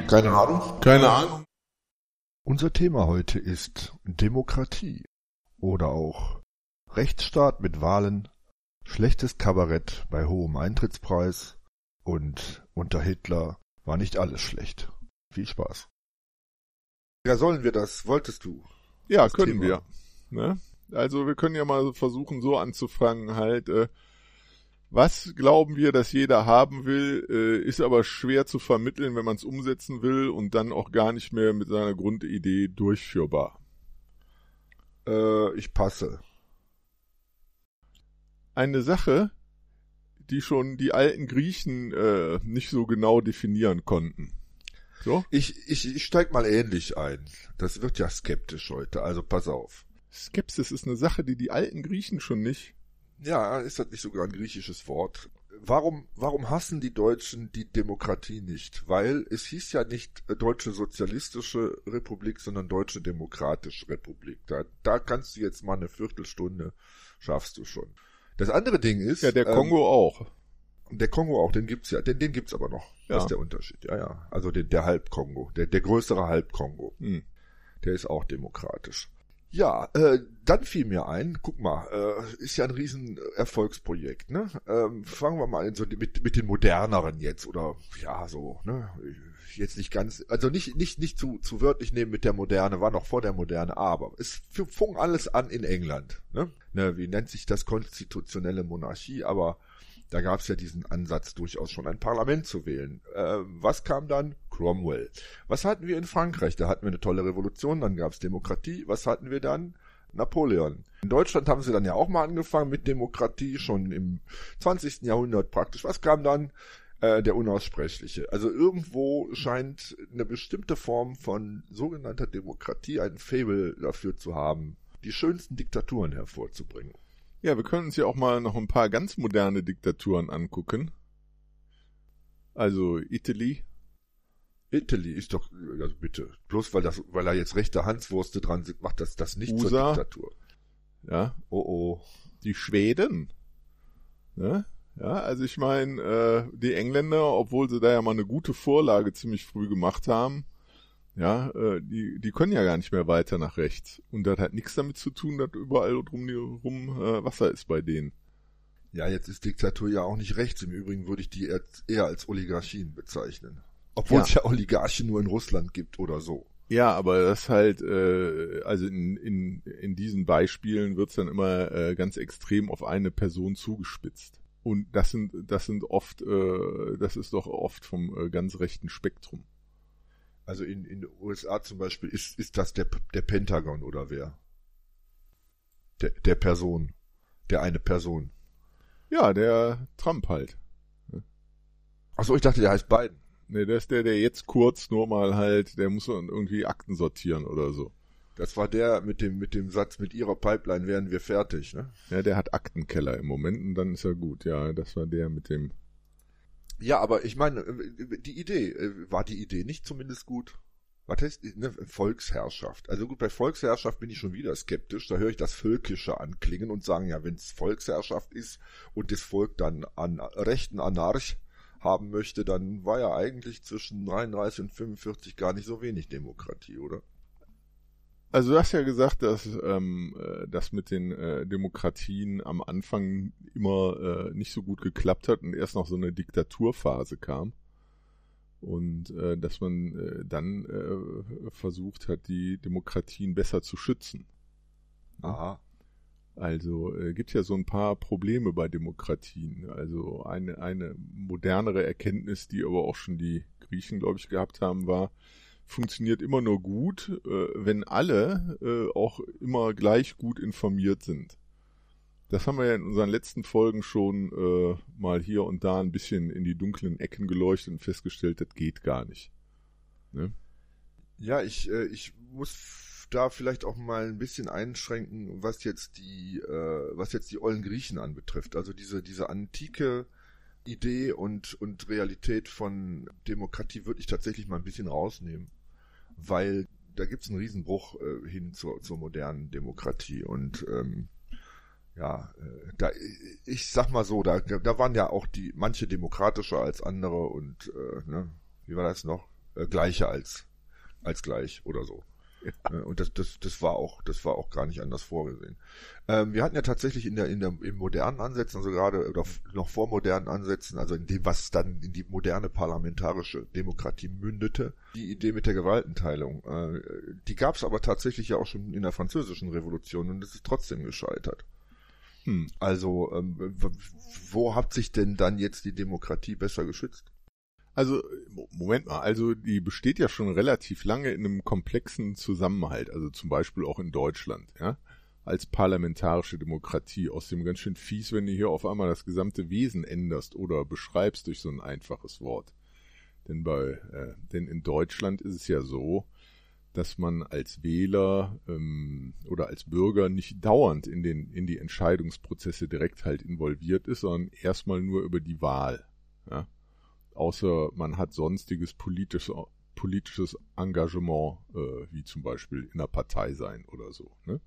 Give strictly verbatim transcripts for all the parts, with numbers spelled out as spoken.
Keine Ahnung. Keine Ahnung. Unser Thema heute ist Demokratie oder auch Rechtsstaat mit Wahlen, schlechtes Kabarett bei hohem Eintrittspreis und unter Hitler war nicht alles schlecht. Viel Spaß. Ja, sollen wir das? Wolltest du? Ja, das können Thema? wir. Ne? Also wir können ja mal versuchen, so anzufangen halt, äh, was glauben wir, dass jeder haben will, äh, ist aber schwer zu vermitteln, wenn man es umsetzen will und dann auch gar nicht mehr mit seiner Grundidee durchführbar. Äh, ich passe. Eine Sache, die schon die alten Griechen äh, nicht so genau definieren konnten. So? Ich, ich, ich steig mal ähnlich ein. Das wird ja skeptisch heute, also pass auf. Skepsis ist eine Sache, die die alten Griechen schon nicht. Ja, ist das nicht sogar ein griechisches Wort? Warum, warum hassen die Deutschen die Demokratie nicht? Weil es hieß ja nicht Deutsche Sozialistische Republik, sondern Deutsche Demokratische Republik. Da, da kannst du jetzt mal eine Viertelstunde, schaffst du schon. Das andere Ding ist... Ja, der Kongo ähm, auch. Der Kongo auch, den gibt's ja, den, den gibt's aber noch. Ja. Das ist der Unterschied, ja, ja. Also den, der Halbkongo, der, der größere Halbkongo. Hm. Der ist auch demokratisch. Ja, äh, dann fiel mir ein, guck mal, äh, ist ja ein riesen Erfolgsprojekt, ne? Ähm, fangen wir mal an so mit, mit den moderneren jetzt, oder ja, so, ne? Jetzt nicht ganz, also nicht, nicht, nicht zu, zu wörtlich nehmen mit der Moderne, war noch vor der Moderne, aber es fing alles an in England, ne? Ne, wie nennt sich das? Konstitutionelle Monarchie, aber da gab es ja diesen Ansatz, durchaus schon ein Parlament zu wählen. Äh, was kam dann? Cromwell. Was hatten wir in Frankreich? Da hatten wir eine tolle Revolution, dann gab es Demokratie. Was hatten wir dann? Napoleon. In Deutschland haben sie dann ja auch mal angefangen mit Demokratie, schon im zwanzigsten Jahrhundert praktisch. Was kam dann? Äh, der Unaussprechliche. Also irgendwo scheint eine bestimmte Form von sogenannter Demokratie ein Faible dafür zu haben, die schönsten Diktaturen hervorzubringen. Ja, wir können uns ja auch mal noch ein paar ganz moderne Diktaturen angucken. Also Italy. Italy ist doch, also bitte, bloß weil das, weil da jetzt rechte Hanswurste dran sind, macht das das nicht U S A. zur Diktatur. Ja. Oh oh. Die Schweden. Ne? Ja, also ich meine, äh, die Engländer, obwohl sie da ja mal eine gute Vorlage ziemlich früh gemacht haben, ja, äh, die, die können ja gar nicht mehr weiter nach rechts. Und das hat nichts damit zu tun, dass überall drumherum äh, Wasser ist bei denen. Ja, jetzt ist Diktatur ja auch nicht rechts. Im Übrigen würde ich die eher, eher als Oligarchien bezeichnen. Obwohl ja. es ja Oligarchen nur in Russland gibt oder so. Ja, aber das halt, äh, also in, in, in diesen Beispielen wird's dann immer äh, ganz extrem auf eine Person zugespitzt. Und das sind, das sind oft, äh, das ist doch oft vom äh, ganz rechten Spektrum. Also in, in den U S A zum Beispiel ist, ist das der, der Pentagon oder wer? Der, der Person. Der eine Person. Ja, der Trump halt. Achso, ich dachte, der heißt Biden. Ne, der ist der, der jetzt kurz nur mal halt, der muss irgendwie Akten sortieren oder so. Das war der mit dem, mit dem Satz, mit ihrer Pipeline wären wir fertig, ne? Ja, der hat Aktenkeller im Moment und dann ist er gut. Ja, das war der mit dem... Ja, aber ich meine, die Idee, war die Idee nicht zumindest gut? Was heißt, ne, Volksherrschaft. Also gut, bei Volksherrschaft bin ich schon wieder skeptisch, da höre ich das Völkische anklingen und sagen, ja, wenn es Volksherrschaft ist und das Volk dann an rechten Anarch haben möchte, dann war ja eigentlich zwischen dreiunddreißig und fünfundvierzig gar nicht so wenig Demokratie, oder? Also du hast ja gesagt, dass ähm, das mit den äh, Demokratien am Anfang immer äh, nicht so gut geklappt hat und erst noch so eine Diktaturphase kam und äh, dass man äh, dann äh, versucht hat, die Demokratien besser zu schützen. Aha. Also äh, gibt ja so ein paar Probleme bei Demokratien. Also eine eine modernere Erkenntnis, die aber auch schon die Griechen, glaube ich, gehabt haben, war, funktioniert immer nur gut, äh, wenn alle äh, auch immer gleich gut informiert sind. Das haben wir ja in unseren letzten Folgen schon äh, mal hier und da ein bisschen in die dunklen Ecken geleuchtet und festgestellt, das geht gar nicht. Ne? Ja, ich äh, ich muss da vielleicht auch mal ein bisschen einschränken, was jetzt die äh, was jetzt die ollen Griechen anbetrifft. Also diese diese antike Idee und und Realität von Demokratie würde ich tatsächlich mal ein bisschen rausnehmen, weil da gibt's einen Riesenbruch äh, hin zur zur modernen Demokratie und ähm, ja, äh, da ich sag mal so, da da waren ja auch die manche demokratischer als andere und äh, ne, wie war das noch? äh, gleicher als als gleich oder so. Ja. Und das, das, das war auch, das war auch gar nicht anders vorgesehen. Ähm, wir hatten ja tatsächlich in der, in der, im modernen Ansätzen, also gerade oder noch vor modernen Ansätzen, also in dem, was dann in die moderne parlamentarische Demokratie mündete, die Idee mit der Gewaltenteilung. Äh, die gab es aber tatsächlich ja auch schon in der Französischen Revolution und es ist trotzdem gescheitert. Hm. Also, ähm, wo hat sich denn dann jetzt die Demokratie besser geschützt? Also, Moment mal, also die besteht ja schon relativ lange in einem komplexen Zusammenhalt, also zum Beispiel auch in Deutschland, ja, als parlamentarische Demokratie. Außerdem ganz schön fies, wenn du hier auf einmal das gesamte Wesen änderst oder beschreibst durch so ein einfaches Wort. Denn bei, äh, denn in Deutschland ist es ja so, dass man als Wähler ähm, oder als Bürger nicht dauernd in den in die Entscheidungsprozesse direkt halt involviert ist, sondern erstmal nur über die Wahl, ja. Außer man hat sonstiges politisches, politisches Engagement, äh, wie zum Beispiel in einer Partei sein oder so. Ne?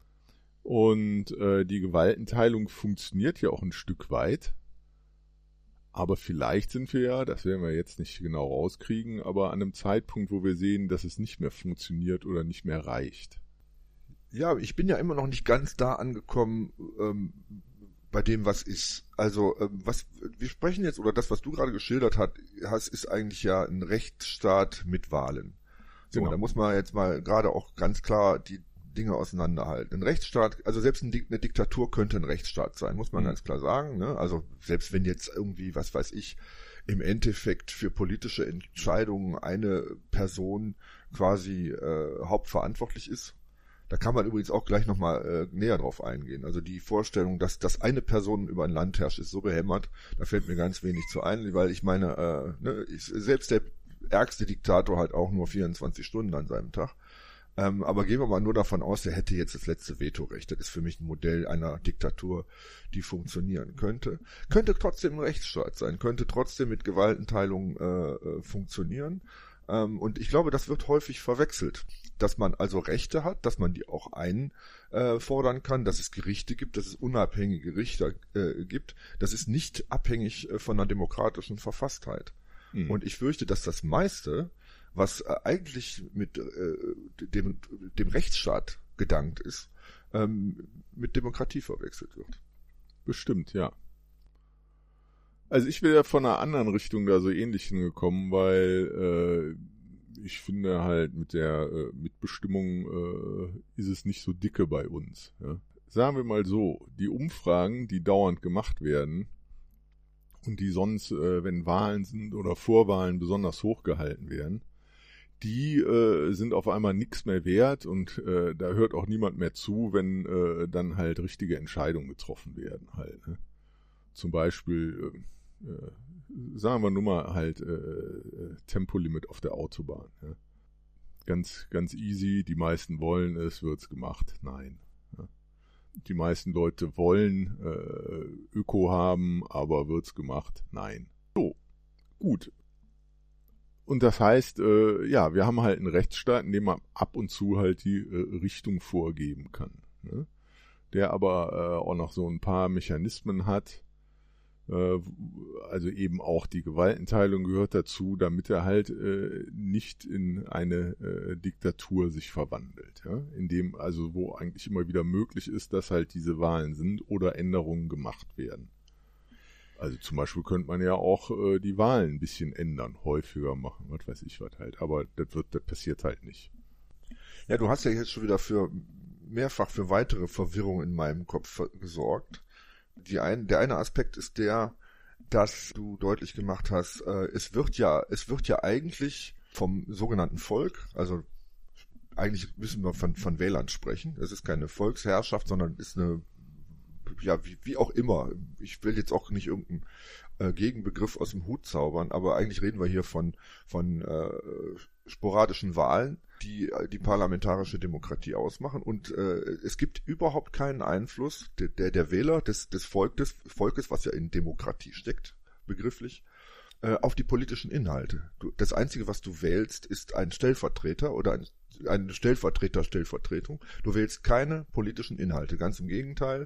Und äh, die Gewaltenteilung funktioniert ja auch ein Stück weit. Aber vielleicht sind wir ja, das werden wir jetzt nicht genau rauskriegen, aber an einem Zeitpunkt, wo wir sehen, dass es nicht mehr funktioniert oder nicht mehr reicht. Ja, ich bin ja immer noch nicht ganz da angekommen, ähm, bei dem, was ist. Also, ähm, was wir sprechen jetzt, oder das, was du gerade geschildert hat, hast, ist eigentlich ja ein Rechtsstaat mit Wahlen. So, genau. Da muss man jetzt mal gerade auch ganz klar die Dinge auseinanderhalten. Ein Rechtsstaat, also selbst eine Diktatur könnte ein Rechtsstaat sein, muss man mhm. ganz klar sagen. Ne? Also selbst wenn jetzt irgendwie, was weiß ich, im Endeffekt für politische Entscheidungen eine Person quasi äh, hauptverantwortlich ist. Da kann man übrigens auch gleich nochmal äh, näher drauf eingehen. Also die Vorstellung, dass, dass eine Person über ein Land herrscht, ist so behämmert, da fällt mir ganz wenig zu ein, weil ich meine, äh, ne, ich, selbst der ärgste Diktator hat auch nur vierundzwanzig Stunden an seinem Tag. Ähm, aber gehen wir mal nur davon aus, der hätte jetzt das letzte Vetorecht. Das ist für mich ein Modell einer Diktatur, die funktionieren könnte. Könnte trotzdem ein Rechtsstaat sein, könnte trotzdem mit Gewaltenteilung äh, funktionieren. Ähm, und ich glaube, das wird häufig verwechselt, dass man also Rechte hat, dass man die auch einfordern kann, dass es Gerichte gibt, dass es unabhängige Richter äh, gibt. Das ist nicht abhängig äh, von einer demokratischen Verfasstheit. Mhm. Und ich fürchte, dass das meiste, was äh, eigentlich mit äh, dem, dem Rechtsstaat gedankt ist, ähm, mit Demokratie verwechselt wird. Bestimmt, ja. Also ich wäre von einer anderen Richtung da so ähnlich hingekommen, weil äh, ich finde halt mit der äh, Mitbestimmung äh, ist es nicht so dicke bei uns. Ja. Sagen wir mal so, die Umfragen, die dauernd gemacht werden und die sonst, äh, wenn Wahlen sind oder Vorwahlen besonders hochgehalten werden, die äh, sind auf einmal nichts mehr wert und äh, da hört auch niemand mehr zu, wenn äh, dann halt richtige Entscheidungen getroffen werden halt. Ne? Zum Beispiel, äh, äh, sagen wir nur mal halt äh, Tempolimit auf der Autobahn. Ja? Ganz, ganz easy, die meisten wollen es, wird's gemacht. Nein. Ja? Die meisten Leute wollen äh, Öko haben, aber wird's gemacht? Nein. So, gut. Und das heißt, äh, ja, wir haben halt einen Rechtsstaat, in dem man ab und zu halt die äh, Richtung vorgeben kann. Ne? Der aber äh, auch noch so ein paar Mechanismen hat. Äh, also eben auch die Gewaltenteilung gehört dazu, damit er halt äh, nicht in eine äh, Diktatur sich verwandelt. Ja? In dem, also wo eigentlich immer wieder möglich ist, dass halt diese Wahlen sind oder Änderungen gemacht werden. Also zum Beispiel könnte man ja auch äh, die Wahlen ein bisschen ändern, häufiger machen, was weiß ich was halt. Aber das wird, das passiert halt nicht. Ja, du hast ja jetzt schon wieder für mehrfach für weitere Verwirrung in meinem Kopf gesorgt. Die ein, der eine Aspekt ist der, dass du deutlich gemacht hast, äh, es wird ja, es wird ja eigentlich vom sogenannten Volk, also eigentlich müssen wir von, von Wählern sprechen. Es ist keine Volksherrschaft, sondern ist eine, ja, wie, wie auch immer. Ich will jetzt auch nicht irgendeinen äh, Gegenbegriff aus dem Hut zaubern, aber eigentlich reden wir hier von, von äh, sporadischen Wahlen, die die parlamentarische Demokratie ausmachen. Und äh, es gibt überhaupt keinen Einfluss der, der, der Wähler, des, des Volkes, Volkes, was ja in Demokratie steckt, begrifflich, äh, auf die politischen Inhalte. Du, das Einzige, was du wählst, ist ein Stellvertreter oder ein, eine Stellvertreter-Stellvertretung. Du wählst keine politischen Inhalte. Ganz im Gegenteil.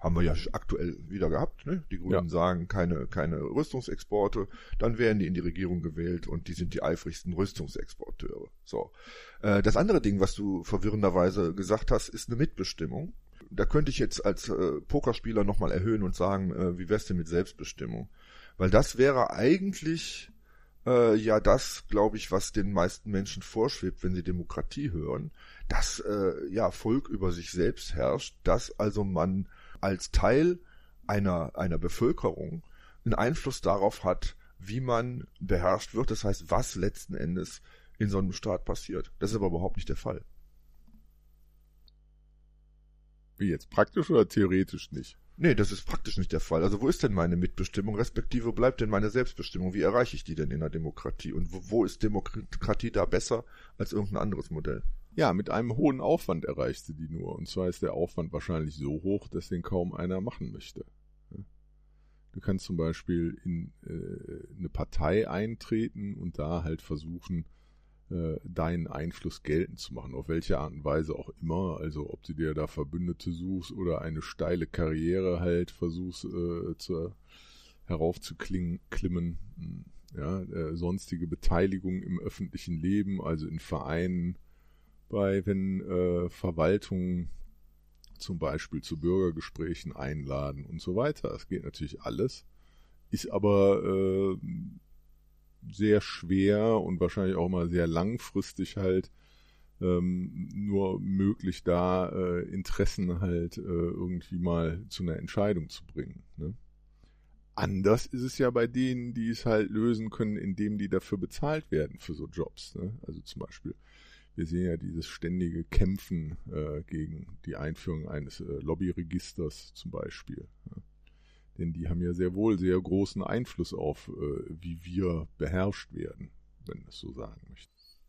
Haben wir ja aktuell wieder gehabt, ne? Die Grünen ja. sagen, keine, keine Rüstungsexporte, dann werden die in die Regierung gewählt und die sind die eifrigsten Rüstungsexporteure. So. Äh, das andere Ding, was du verwirrenderweise gesagt hast, ist eine Mitbestimmung. Da könnte ich jetzt als äh, Pokerspieler nochmal erhöhen und sagen, äh, wie wär's denn mit Selbstbestimmung? Weil das wäre eigentlich äh, ja das, glaube ich, was den meisten Menschen vorschwebt, wenn sie Demokratie hören, dass äh, ja Volk über sich selbst herrscht, dass also man als Teil einer einer Bevölkerung einen Einfluss darauf hat, wie man beherrscht wird. Das heißt, was letzten Endes in so einem Staat passiert. Das ist aber überhaupt nicht der Fall. Wie jetzt, praktisch oder theoretisch nicht? Nee, das ist praktisch nicht der Fall. Also wo ist denn meine Mitbestimmung, respektive wo bleibt denn meine Selbstbestimmung? Wie erreiche ich die denn in der Demokratie? Und wo, wo ist Demokratie da besser als irgendein anderes Modell? Ja, mit einem hohen Aufwand erreichst du die nur. Und zwar ist der Aufwand wahrscheinlich so hoch, dass den kaum einer machen möchte. Du kannst zum Beispiel in äh, eine Partei eintreten und da halt versuchen, äh, deinen Einfluss geltend zu machen. Auf welche Art und Weise auch immer. Also ob du dir da Verbündete suchst oder eine steile Karriere halt versuchst äh, zu, heraufzuklimmen. Ja, äh, sonstige Beteiligung im öffentlichen Leben, also in Vereinen, bei, wenn äh, Verwaltungen zum Beispiel zu Bürgergesprächen einladen und so weiter. Das geht natürlich alles, ist aber äh, sehr schwer und wahrscheinlich auch mal sehr langfristig halt ähm, nur möglich, da äh, Interessen halt äh, irgendwie mal zu einer Entscheidung zu bringen. Ne? Anders ist es ja bei denen, die es halt lösen können, indem die dafür bezahlt werden für so Jobs. Ne? Also zum Beispiel wir sehen ja dieses ständige Kämpfen äh, gegen die Einführung eines äh, Lobbyregisters zum Beispiel. Ja. Denn die haben ja sehr wohl sehr großen Einfluss auf, äh, wie wir beherrscht werden, wenn man es so sagen möchte.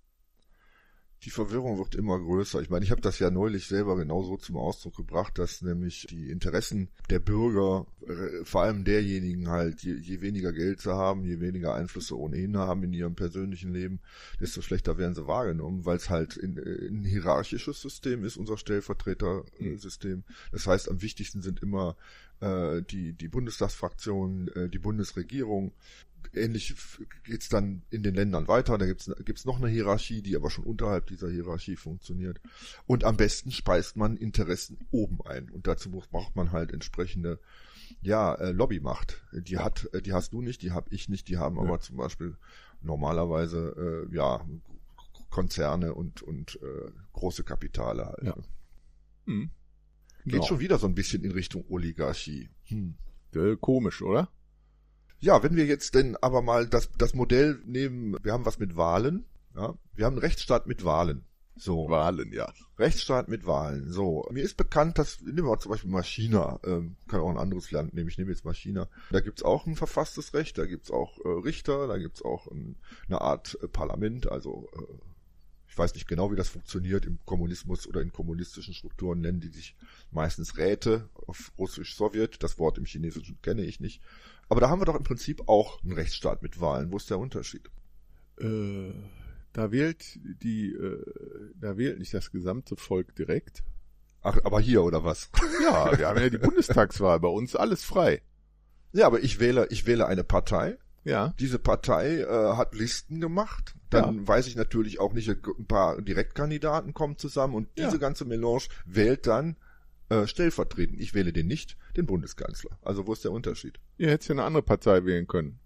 Die Verwirrung wird immer größer. Ich meine, ich habe das ja neulich selber genauso zum Ausdruck gebracht, dass nämlich die Interessen der Bürger, vor allem derjenigen halt, je, je weniger Geld sie haben, je weniger Einflüsse ohnehin haben in ihrem persönlichen Leben, desto schlechter werden sie wahrgenommen, weil es halt in, in ein hierarchisches System ist, unser Stellvertretersystem. Das heißt, am wichtigsten sind immer äh, die, die Bundestagsfraktionen, äh, die Bundesregierung. Ähnlich geht's dann in den Ländern weiter. Da gibt's gibt's noch eine Hierarchie, die aber schon unterhalb dieser Hierarchie funktioniert. Und am besten speist man Interessen oben ein. Und dazu muss, braucht man halt entsprechende, ja, äh, Lobbymacht. Die hat, äh, die hast du nicht, die habe ich nicht. Die haben ja. aber zum Beispiel normalerweise, äh, ja, Konzerne und und äh, große Kapitale halt. Ja. Hm. Geht Genau. schon wieder so ein bisschen in Richtung Oligarchie. Hm. Äh, komisch, oder? Ja, wenn wir jetzt denn aber mal das, das Modell nehmen, wir haben was mit Wahlen, ja, wir haben einen Rechtsstaat mit Wahlen. So. Wahlen, ja. Rechtsstaat mit Wahlen. So. Mir ist bekannt, dass, nehmen wir mal zum Beispiel mal China, ähm, kann auch ein anderes Land nehmen, ich nehme jetzt mal China. Da gibt's auch ein verfasstes Recht, da gibt's auch äh, Richter, da gibt's auch ein, eine Art äh, Parlament, also äh, ich weiß nicht genau, wie das funktioniert im Kommunismus oder in kommunistischen Strukturen, nennen die sich meistens Räte, auf Russisch-Sowjet, das Wort im Chinesischen kenne ich nicht. Aber da haben wir doch im Prinzip auch einen Rechtsstaat mit Wahlen. Wo ist der Unterschied? Äh, da wählt die, äh, da wählt nicht das gesamte Volk direkt. Ach, aber hier oder was? Ja, wir haben ja die Bundestagswahl, bei uns alles frei. Ja, aber ich wähle, ich wähle eine Partei. Ja. Diese Partei äh, hat Listen gemacht. Dann ja. weiß ich natürlich auch nicht, ein paar Direktkandidaten kommen zusammen und diese ja. ganze Melange wählt dann äh, stellvertretend. Ich wähle den nicht, den Bundeskanzler. Also wo ist der Unterschied? Ihr hättet ja eine andere Partei wählen können.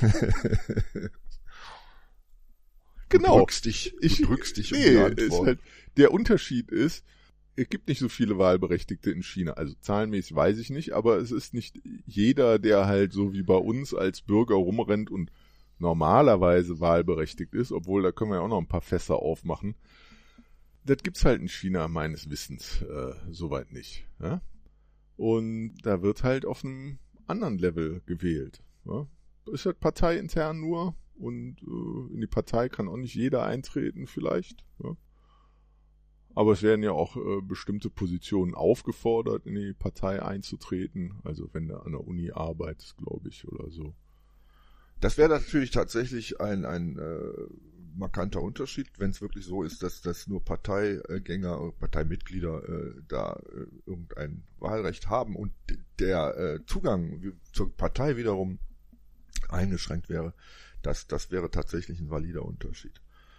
Genau. Du drückst dich, du ich, drückst dich nee, um die ist halt, der Unterschied ist, es gibt nicht so viele Wahlberechtigte in China. Also zahlenmäßig weiß ich nicht, aber es ist nicht jeder, der halt so wie bei uns als Bürger rumrennt und normalerweise wahlberechtigt ist, obwohl da können wir ja auch noch ein paar Fässer aufmachen. Das gibt's halt in China meines Wissens äh, soweit nicht. Ja? Und da wird halt auf einem anderen Level gewählt. Ja? Ist halt parteiintern nur und äh, in die Partei kann auch nicht jeder eintreten vielleicht. Ja? Aber es werden ja auch äh, bestimmte Positionen aufgefordert, in die Partei einzutreten. Also wenn du an der Uni arbeitest, glaube ich, oder so. Das wäre natürlich tatsächlich ein, ein äh, markanter Unterschied, wenn es wirklich so ist, dass, dass nur Parteigänger, Parteimitglieder äh, da äh, irgendein Wahlrecht haben und der äh, Zugang zur Partei wiederum eingeschränkt wäre, das, das wäre tatsächlich ein valider Unterschied.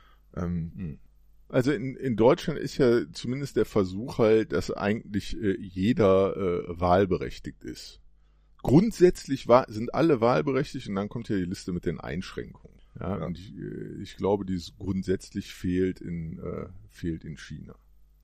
Ähm, Also in, in Deutschland ist ja zumindest der Versuch halt, dass eigentlich äh, jeder äh, wahlberechtigt ist. Grundsätzlich war, sind alle wahlberechtigt und dann kommt ja die Liste mit den Einschränkungen. Ja, ja. Und ich, ich glaube, dies grundsätzlich fehlt in, äh, fehlt in China.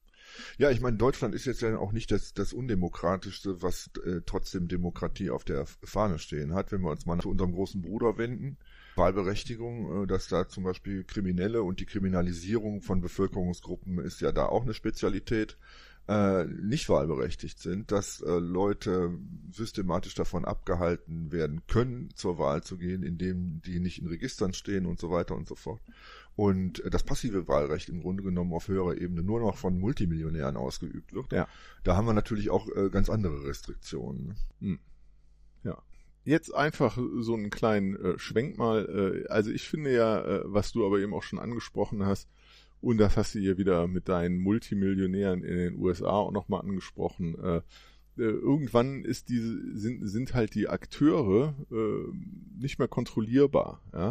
Ja, ich meine, Deutschland ist jetzt ja auch nicht das, das Undemokratischste, was äh, trotzdem Demokratie auf der Fahne stehen hat. Wenn wir uns mal zu unserem großen Bruder wenden, Wahlberechtigung, äh, dass da zum Beispiel Kriminelle und die Kriminalisierung von Bevölkerungsgruppen ist ja da auch eine Spezialität, äh, nicht wahlberechtigt sind, dass äh, Leute systematisch davon abgehalten werden können, zur Wahl zu gehen, indem die nicht in Registern stehen und so weiter und so fort. Und das passive Wahlrecht im Grunde genommen auf höherer Ebene nur noch von Multimillionären ausgeübt wird. Ja. Da haben wir natürlich auch äh, ganz andere Restriktionen. Hm. Ja. Jetzt einfach so einen kleinen äh, Schwenk mal. Äh, also ich finde ja, äh, was du aber eben auch schon angesprochen hast, und das hast du hier wieder mit deinen Multimillionären in den U S A auch nochmal angesprochen, äh, äh, irgendwann ist diese, sind, sind halt die Akteure äh, nicht mehr kontrollierbar, ja.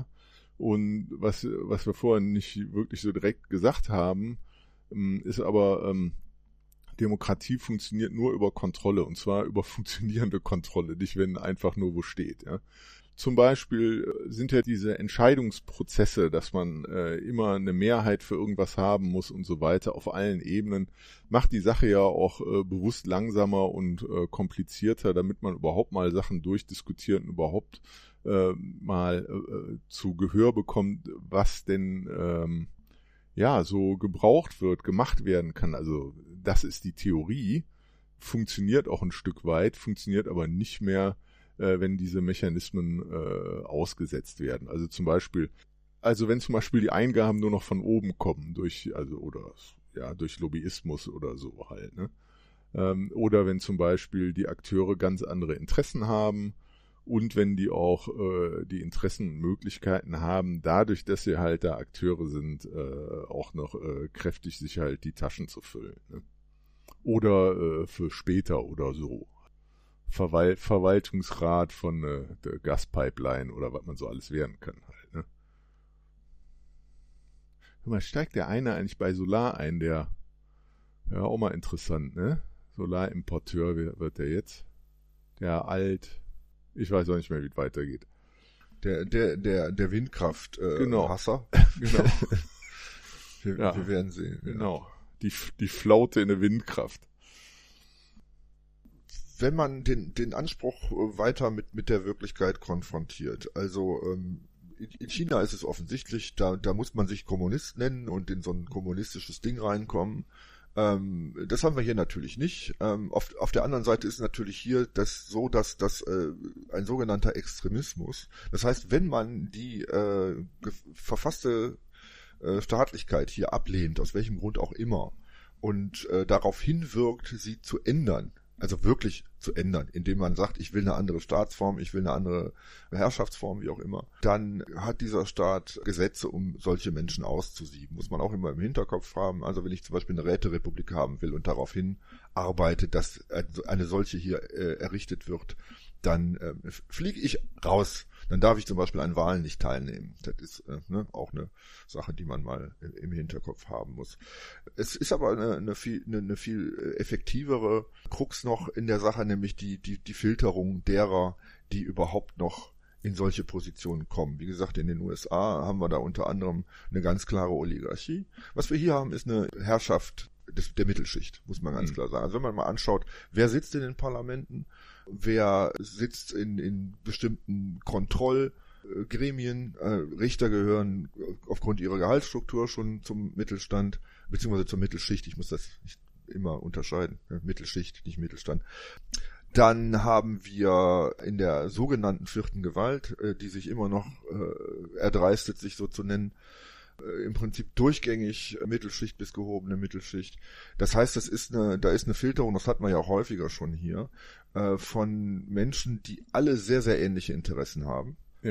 Und was, was wir vorher nicht wirklich so direkt gesagt haben, ist aber, ähm, Demokratie funktioniert nur über Kontrolle, und zwar über funktionierende Kontrolle, nicht wenn einfach nur wo steht. Ja. Zum Beispiel sind ja diese Entscheidungsprozesse, dass man äh, immer eine Mehrheit für irgendwas haben muss und so weiter auf allen Ebenen, macht die Sache ja auch äh, bewusst langsamer und äh, komplizierter, damit man überhaupt mal Sachen durchdiskutiert und überhaupt äh, mal äh, zu Gehör bekommt, was denn ähm, ja so gebraucht wird, gemacht werden kann. Also das ist die Theorie, funktioniert auch ein Stück weit, funktioniert aber nicht mehr, äh, wenn diese Mechanismen äh, ausgesetzt werden. Also zum Beispiel, also wenn zum Beispiel die Eingaben nur noch von oben kommen, durch, also oder ja, durch Lobbyismus oder so halt, ne? Ähm, oder wenn zum Beispiel die Akteure ganz andere Interessen haben und wenn die auch äh, die Interessen und Möglichkeiten haben, dadurch, dass sie halt da Akteure sind, äh, auch noch äh, kräftig sich halt die Taschen zu füllen, ne? Oder äh, für später oder so. Verwal- Verwaltungsrat von äh, der Gaspipeline oder was man so alles werden kann halt, ne? Hör mal, steigt der eine eigentlich bei Solar ein, der, ja, auch mal interessant, ne? Solarimporteur wird der jetzt. Der alt, ich weiß auch nicht mehr, wie es weitergeht. Der, der, der, der Windkraft, äh, genau. Hasser. Genau. wir, ja. wir werden sehen. Genau. Ja. Die, die Flaute in der Windkraft. Wenn man den, den Anspruch weiter mit, mit der Wirklichkeit konfrontiert, also ähm, in China ist es offensichtlich, da, da muss man sich Kommunist nennen und in so ein kommunistisches Ding reinkommen. Ähm, das haben wir hier natürlich nicht. Ähm, auf, auf der anderen Seite ist natürlich hier das so, dass das äh, ein sogenannter Extremismus. Das heißt, wenn man die äh, verfasste äh, Staatlichkeit hier ablehnt, aus welchem Grund auch immer, und äh, darauf hinwirkt, sie zu ändern, also wirklich zu ändern, indem man sagt, ich will eine andere Staatsform, ich will eine andere Herrschaftsform, wie auch immer, dann hat dieser Staat Gesetze, um solche Menschen auszusieben. Muss man auch immer im Hinterkopf haben. Also wenn ich zum Beispiel eine Räterepublik haben will und daraufhin arbeite, dass eine solche hier äh, errichtet wird, dann äh, fliege ich raus. Dann darf ich zum Beispiel an Wahlen nicht teilnehmen. Das ist äh, ne, auch eine Sache, die man mal im Hinterkopf haben muss. Es ist aber eine, eine, viel, eine, eine viel effektivere Krux noch in der Sache, nämlich die, die, die Filterung derer, die überhaupt noch in solche Positionen kommen. Wie gesagt, in den U S A haben wir da unter anderem eine ganz klare Oligarchie. Was wir hier haben, ist eine Herrschaft des, der Mittelschicht, muss man ganz mhm. klar sagen. Also wenn man mal anschaut, wer sitzt in den Parlamenten, wer sitzt in, in bestimmten Kontrollgremien, äh, Richter gehören aufgrund ihrer Gehaltsstruktur schon zum Mittelstand, beziehungsweise zur Mittelschicht, ich muss das nicht immer unterscheiden, ja, Mittelschicht, nicht Mittelstand. Dann haben wir in der sogenannten vierten Gewalt, äh, die sich immer noch äh, erdreistet, sich so zu nennen, äh, im Prinzip durchgängig Mittelschicht bis gehobene Mittelschicht. Das heißt, das ist eine, da ist eine Filterung, das hat man ja auch häufiger schon hier, äh, von Menschen, die alle sehr, sehr ähnliche Interessen haben. Ja.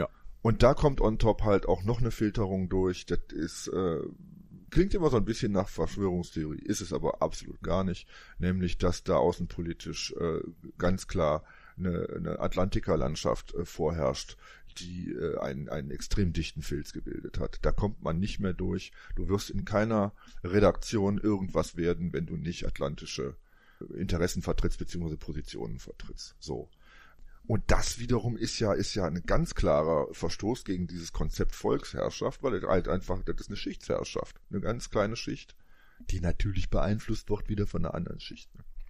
Und da kommt on top halt auch noch eine Filterung durch. Das ist, äh, klingt immer so ein bisschen nach Verschwörungstheorie, ist es aber absolut gar nicht. Nämlich, dass da außenpolitisch äh, ganz klar eine, eine Atlantikerlandschaft äh, vorherrscht, die äh, einen, einen extrem dichten Filz gebildet hat. Da kommt man nicht mehr durch. Du wirst in keiner Redaktion irgendwas werden, wenn du nicht atlantische Interessen vertrittst bzw. Positionen vertrittst. So. Und das wiederum ist ja ist ja ein ganz klarer Verstoß gegen dieses Konzept Volksherrschaft, weil das halt einfach, das ist eine Schichtsherrschaft, eine ganz kleine Schicht, die natürlich beeinflusst wird wieder von einer anderen Schicht.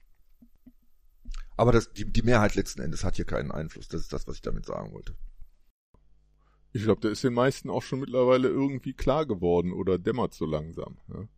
Aber das, die, die Mehrheit letzten Endes hat hier keinen Einfluss. Das ist das, was ich damit sagen wollte. Ich glaube, der ist den meisten auch schon mittlerweile irgendwie klar geworden oder dämmert so langsam. Ja.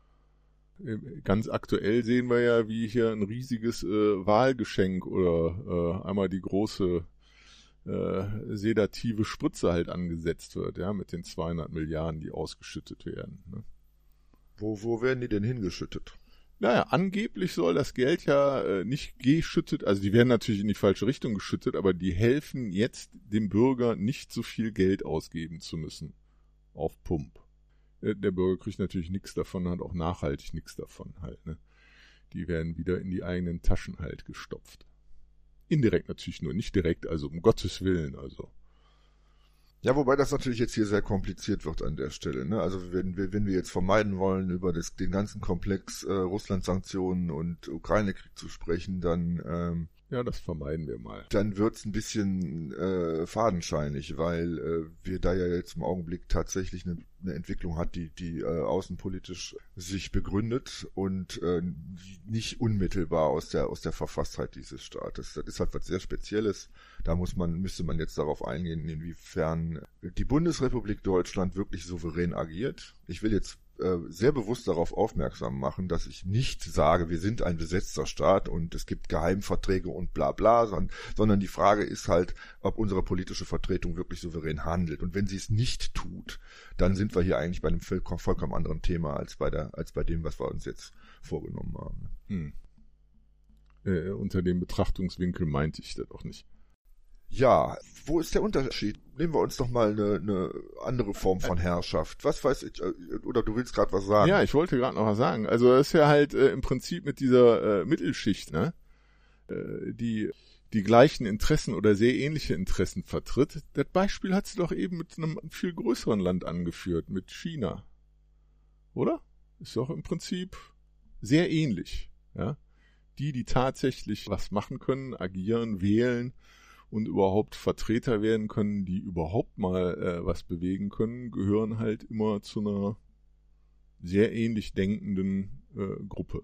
Ganz aktuell sehen wir ja, wie hier ein riesiges äh, Wahlgeschenk oder äh, einmal die große äh, sedative Spritze halt angesetzt wird, ja, mit den zweihundert Milliarden, die ausgeschüttet werden. Ne. Wo, wo werden die denn hingeschüttet? Naja, angeblich soll das Geld ja äh, nicht geschüttet, also die werden natürlich in die falsche Richtung geschüttet, aber die helfen jetzt dem Bürger nicht so viel Geld ausgeben zu müssen auf Pump. Äh, der Bürger kriegt natürlich nichts davon, hat auch nachhaltig nichts davon halt, ne. Die werden wieder in die eigenen Taschen halt gestopft. Indirekt natürlich nur, nicht direkt, also um Gottes Willen, also. Ja, wobei das natürlich jetzt hier sehr kompliziert wird an der Stelle. Ne? Also wenn wir, wenn wir jetzt vermeiden wollen, über das, den ganzen Komplex äh, Russland-Sanktionen und Ukraine-Krieg zu sprechen, dann ähm, ja, das vermeiden wir mal. Dann wird's ein bisschen äh, fadenscheinig, weil äh, wir da ja jetzt im Augenblick tatsächlich eine, eine Entwicklung hat, die die äh, außenpolitisch sich begründet und äh, nicht unmittelbar aus der aus der Verfasstheit dieses Staates. Das ist halt was sehr Spezielles. Da muss man müsste man jetzt darauf eingehen, inwiefern die Bundesrepublik Deutschland wirklich souverän agiert. Ich will jetzt sehr bewusst darauf aufmerksam machen, dass ich nicht sage, wir sind ein besetzter Staat und es gibt Geheimverträge und bla bla, sondern die Frage ist halt, ob unsere politische Vertretung wirklich souverän handelt. Und wenn sie es nicht tut, dann sind wir hier eigentlich bei einem vollkommen anderen Thema als bei der, als bei dem, was wir uns jetzt vorgenommen haben. Hm. Äh, unter dem Betrachtungswinkel meinte ich das auch nicht. Ja, wo ist der Unterschied? Nehmen wir uns doch mal eine, eine andere Form von Herrschaft. Was weiß ich, oder du willst gerade was sagen? Ja, ich wollte gerade noch was sagen. Also das ist ja halt äh, im Prinzip mit dieser äh, Mittelschicht, ne, äh, die die gleichen Interessen oder sehr ähnliche Interessen vertritt. Das Beispiel hat sie doch eben mit einem viel größeren Land angeführt, mit China. Oder? Ist doch im Prinzip sehr ähnlich, ja. Die, die tatsächlich was machen können, agieren, wählen und überhaupt Vertreter werden können, die überhaupt mal äh, was bewegen können, gehören halt immer zu einer sehr ähnlich denkenden äh, Gruppe.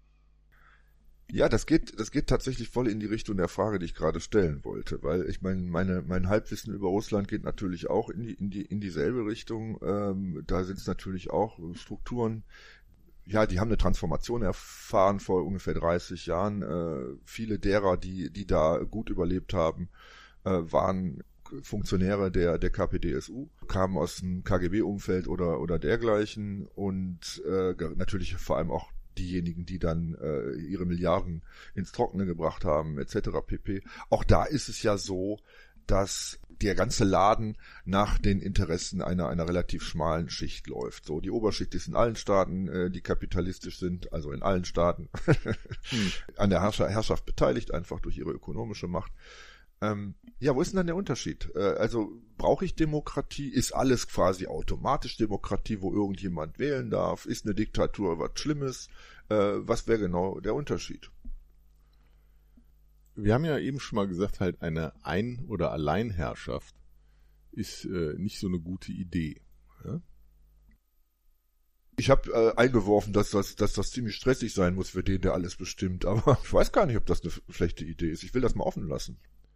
Ja, das geht, das geht tatsächlich voll in die Richtung der Frage, die ich gerade stellen wollte, weil ich meine, meine, mein Halbwissen über Russland geht natürlich auch in die, in die, in dieselbe Richtung. Ähm, da sind es natürlich auch Strukturen. Ja, die haben eine Transformation erfahren vor ungefähr dreißig Jahren. Äh, viele derer, die die da gut überlebt haben, äh, waren Funktionäre der der K P D S U, kamen aus dem K G B-Umfeld oder oder dergleichen und äh, natürlich vor allem auch diejenigen, die dann äh, ihre Milliarden ins Trockene gebracht haben, et cetera pp. Auch da ist es ja so, dass der ganze Laden nach den Interessen einer einer relativ schmalen Schicht läuft. So, die Oberschicht ist in allen Staaten, äh, die kapitalistisch sind, also in allen Staaten, hm. an der Herrscher, Herrschaft beteiligt, einfach durch ihre ökonomische Macht. Ähm, ja, wo ist denn dann der Unterschied? Äh, also brauche ich Demokratie? Ist alles quasi automatisch Demokratie, wo irgendjemand wählen darf? Ist eine Diktatur was Schlimmes? Äh, was wäre genau der Unterschied? Wir haben ja eben schon mal gesagt, halt eine Ein- oder Alleinherrschaft ist äh, nicht so eine gute Idee. Ja? Ich habe äh, eingeworfen, dass das, dass das ziemlich stressig sein muss für den, der alles bestimmt, aber ich weiß gar nicht, ob das eine schlechte Idee ist. Ich will das mal offen lassen.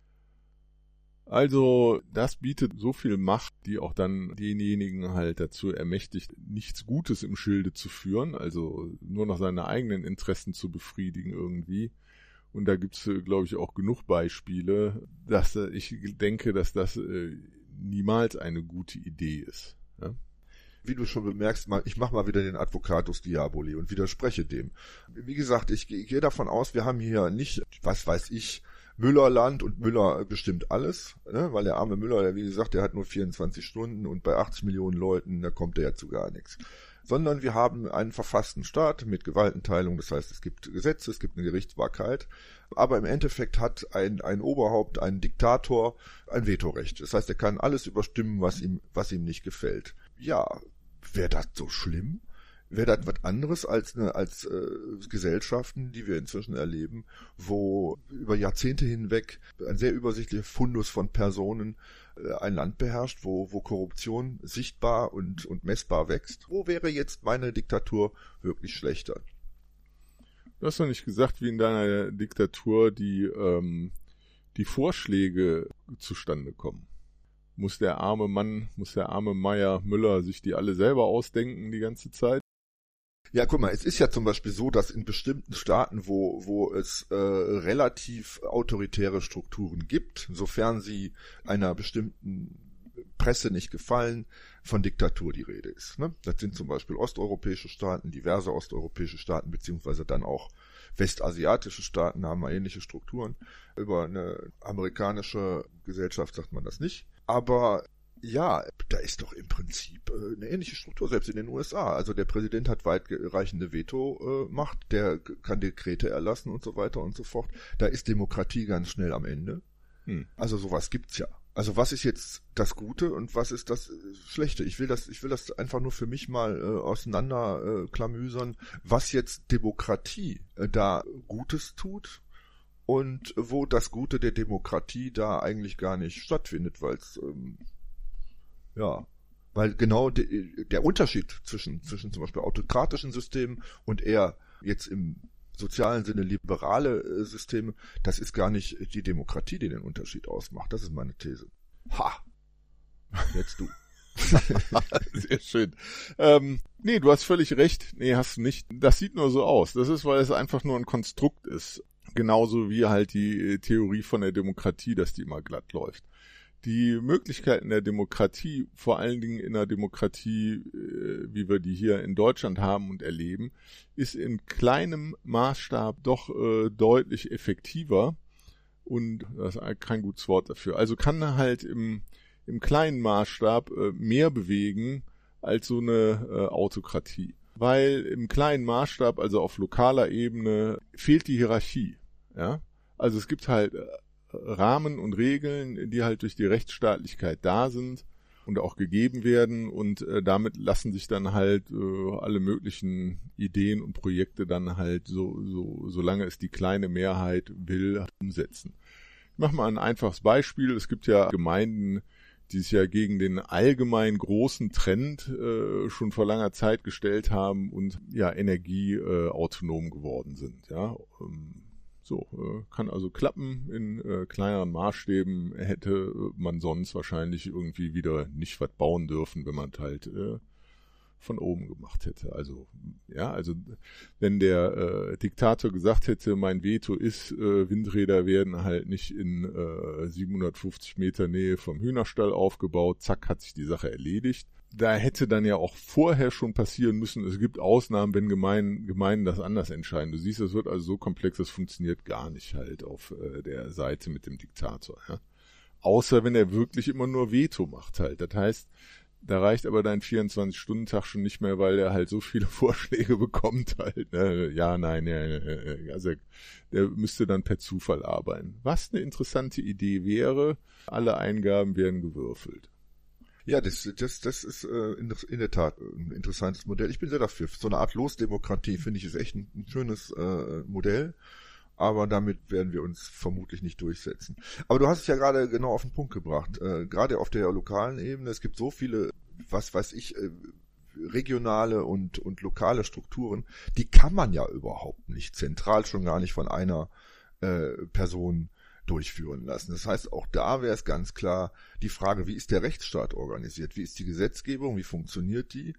Also das bietet so viel Macht, die auch dann denjenigen halt dazu ermächtigt, nichts Gutes im Schilde zu führen, also nur noch seine eigenen Interessen zu befriedigen irgendwie. Und da gibt's, glaube ich, auch genug Beispiele, dass äh, ich denke, dass das äh, niemals eine gute Idee ist. Ja? Wie du schon bemerkst, ich mache mal wieder den Advocatus Diaboli und widerspreche dem. Wie gesagt, ich gehe davon aus, wir haben hier nicht, was weiß ich, Müllerland und Müller bestimmt alles, ne? Weil der arme Müller, der wie gesagt, der hat nur vierundzwanzig Stunden und bei achtzig Millionen Leuten, da kommt er ja zu gar nichts. Sondern wir haben einen verfassten Staat mit Gewaltenteilung, das heißt, es gibt Gesetze, es gibt eine Gerichtsbarkeit, aber im Endeffekt hat ein, ein Oberhaupt, ein Diktator ein Vetorecht. Das heißt, er kann alles überstimmen, was ihm, was ihm nicht gefällt. Ja, wäre das so schlimm? Wäre das was anderes als eine, als äh, Gesellschaften, die wir inzwischen erleben, wo über Jahrzehnte hinweg ein sehr übersichtlicher Fundus von Personen äh, ein Land beherrscht, wo, wo Korruption sichtbar und, und messbar wächst? Wo wäre jetzt meine Diktatur wirklich schlechter? Du hast doch nicht gesagt, wie in deiner Diktatur die, ähm, die Vorschläge zustande kommen. Muss der arme Mann, muss der arme Meier Müller sich die alle selber ausdenken die ganze Zeit? Ja, guck mal, es ist ja zum Beispiel so, dass in bestimmten Staaten, wo, wo es äh, relativ autoritäre Strukturen gibt, sofern sie einer bestimmten Presse nicht gefallen, von Diktatur die Rede ist. Ne? Das sind zum Beispiel osteuropäische Staaten, diverse osteuropäische Staaten, beziehungsweise dann auch westasiatische Staaten haben ähnliche Strukturen. Über eine amerikanische Gesellschaft sagt man das nicht. Aber ja, da ist doch im Prinzip äh, eine ähnliche Struktur, selbst in den U S A. Also der Präsident hat weitreichende Veto-Macht, äh, der kann Dekrete erlassen und so weiter und so fort. Da ist Demokratie ganz schnell am Ende. Hm. Also sowas gibt's ja. Also was ist jetzt das Gute und was ist das Schlechte? Ich will das, ich will das einfach nur für mich mal äh, auseinander äh, klamüsern, was jetzt Demokratie äh, da Gutes tut und wo das Gute der Demokratie da eigentlich gar nicht stattfindet, weil es ähm, ja, weil genau de, der Unterschied zwischen, zwischen zum Beispiel autokratischen Systemen und eher jetzt im sozialen Sinne liberale äh, Systeme, das ist gar nicht die Demokratie, die den Unterschied ausmacht. Das ist meine These. Ha! Jetzt du. Sehr schön. Ähm, nee, du hast völlig recht. Nee, hast du nicht. Das sieht nur so aus. Das ist, weil es einfach nur ein Konstrukt ist. Genauso wie halt die Theorie von der Demokratie, dass die immer glatt läuft. Die Möglichkeiten der Demokratie, vor allen Dingen in einer Demokratie, wie wir die hier in Deutschland haben und erleben, ist in kleinem Maßstab doch äh, deutlich effektiver und das ist kein gutes Wort dafür. Also kann halt im, im kleinen Maßstab äh, mehr bewegen als so eine äh, Autokratie. Weil im kleinen Maßstab, also auf lokaler Ebene, fehlt die Hierarchie. Ja? Also es gibt halt äh, Rahmen und Regeln, die halt durch die Rechtsstaatlichkeit da sind und auch gegeben werden und äh, damit lassen sich dann halt äh, alle möglichen Ideen und Projekte dann halt so, so, solange es die kleine Mehrheit will, umsetzen. Ich mache mal ein einfaches Beispiel. Es gibt ja Gemeinden, die sich ja gegen den allgemein großen Trend äh, schon vor langer Zeit gestellt haben und ja energieautonom äh, geworden sind, ja. Ähm, So, äh, kann also klappen in äh, kleineren Maßstäben, hätte man sonst wahrscheinlich irgendwie wieder nicht was bauen dürfen, wenn man es halt äh, von oben gemacht hätte. Also, ja, also wenn der äh, Diktator gesagt hätte, mein Veto ist, äh, Windräder werden halt nicht in äh, siebenhundertfünfzig Meter Nähe vom Hühnerstall aufgebaut, zack, hat sich die Sache erledigt. Da hätte dann ja auch vorher schon passieren müssen, es gibt Ausnahmen, wenn Gemeinden, Gemeinden das anders entscheiden. Du siehst, es wird also so komplex, das funktioniert gar nicht halt auf äh, der Seite mit dem Diktator. Ja? Außer wenn er wirklich immer nur Veto macht halt. Das heißt, da reicht aber dein vierundzwanzig-Stunden-Tag schon nicht mehr, weil er halt so viele Vorschläge bekommt halt. Ne? Ja, nein, ja, ja, also der müsste dann per Zufall arbeiten. Was eine interessante Idee wäre, alle Eingaben werden gewürfelt. Ja, das, das, das ist äh, in, in der Tat ein interessantes Modell. Ich bin sehr dafür. So eine Art Losdemokratie finde ich ist echt ein, ein schönes äh, Modell, aber damit werden wir uns vermutlich nicht durchsetzen. Aber du hast es ja gerade genau auf den Punkt gebracht. Äh, gerade auf der lokalen Ebene, es gibt so viele, was weiß ich, äh, regionale und, und lokale Strukturen, die kann man ja überhaupt nicht zentral schon gar nicht von einer äh, Person durchführen lassen. Das heißt, auch da wäre es ganz klar die Frage, wie ist der Rechtsstaat organisiert? Wie ist die Gesetzgebung? Wie funktioniert die?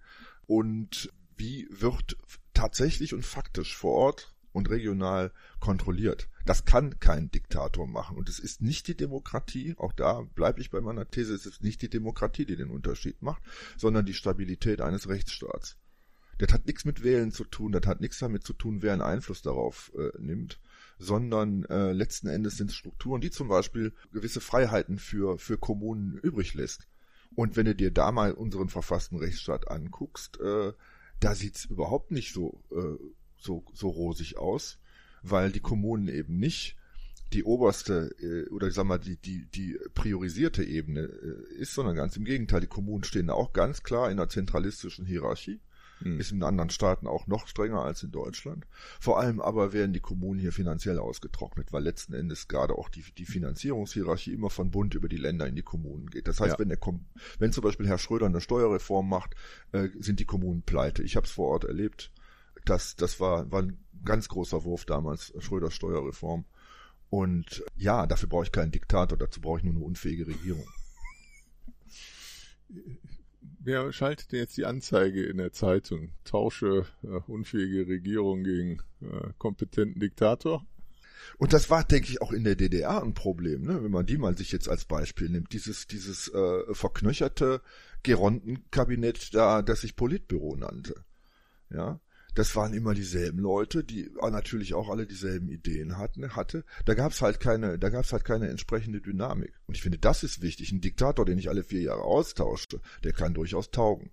Und wie wird tatsächlich und faktisch vor Ort und regional kontrolliert? Das kann kein Diktator machen. Und es ist nicht die Demokratie, auch da bleibe ich bei meiner These, es ist nicht die Demokratie, die den Unterschied macht, sondern die Stabilität eines Rechtsstaats. Das hat nichts mit Wählen zu tun, das hat nichts damit zu tun, wer einen Einfluss darauf äh, nimmt, sondern äh, letzten Endes sind es Strukturen, die zum Beispiel gewisse Freiheiten für, für Kommunen übrig lässt. Und wenn du dir da mal unseren verfassten Rechtsstaat anguckst, äh, da sieht's überhaupt nicht so, äh, so, so rosig aus, weil die Kommunen eben nicht die oberste äh, oder ich sag mal die die die priorisierte Ebene äh, ist, sondern ganz im Gegenteil. Die Kommunen stehen da auch ganz klar in einer zentralistischen Hierarchie. Hm. Ist in anderen Staaten auch noch strenger als in Deutschland. Vor allem aber werden die Kommunen hier finanziell ausgetrocknet, weil letzten Endes gerade auch die die Finanzierungshierarchie immer von Bund über die Länder in die Kommunen geht. Das heißt, ja. wenn der wenn zum Beispiel Herr Schröder eine Steuerreform macht, äh, sind die Kommunen pleite. Ich habe es vor Ort erlebt. Das das war war ein ganz großer Wurf damals, Schröders Steuerreform. Und ja, dafür brauche ich keinen Diktator, dazu brauche ich nur eine unfähige Regierung. Wer schaltet denn jetzt die Anzeige in der Zeitung? Tausche äh, unfähige Regierung gegen äh, kompetenten Diktator? Und das war, denke ich, auch in der D D R ein Problem, ne? Wenn man die mal sich jetzt als Beispiel nimmt. Dieses dieses äh, verknöcherte Gerontenkabinett da, das sich Politbüro nannte. Ja. Das waren immer dieselben Leute, die natürlich auch alle dieselben Ideen hatten, hatte. Da gab's halt keine, da gab's halt keine entsprechende Dynamik. Und ich finde, das ist wichtig. Ein Diktator, den ich alle vier Jahre austausche, der kann durchaus taugen.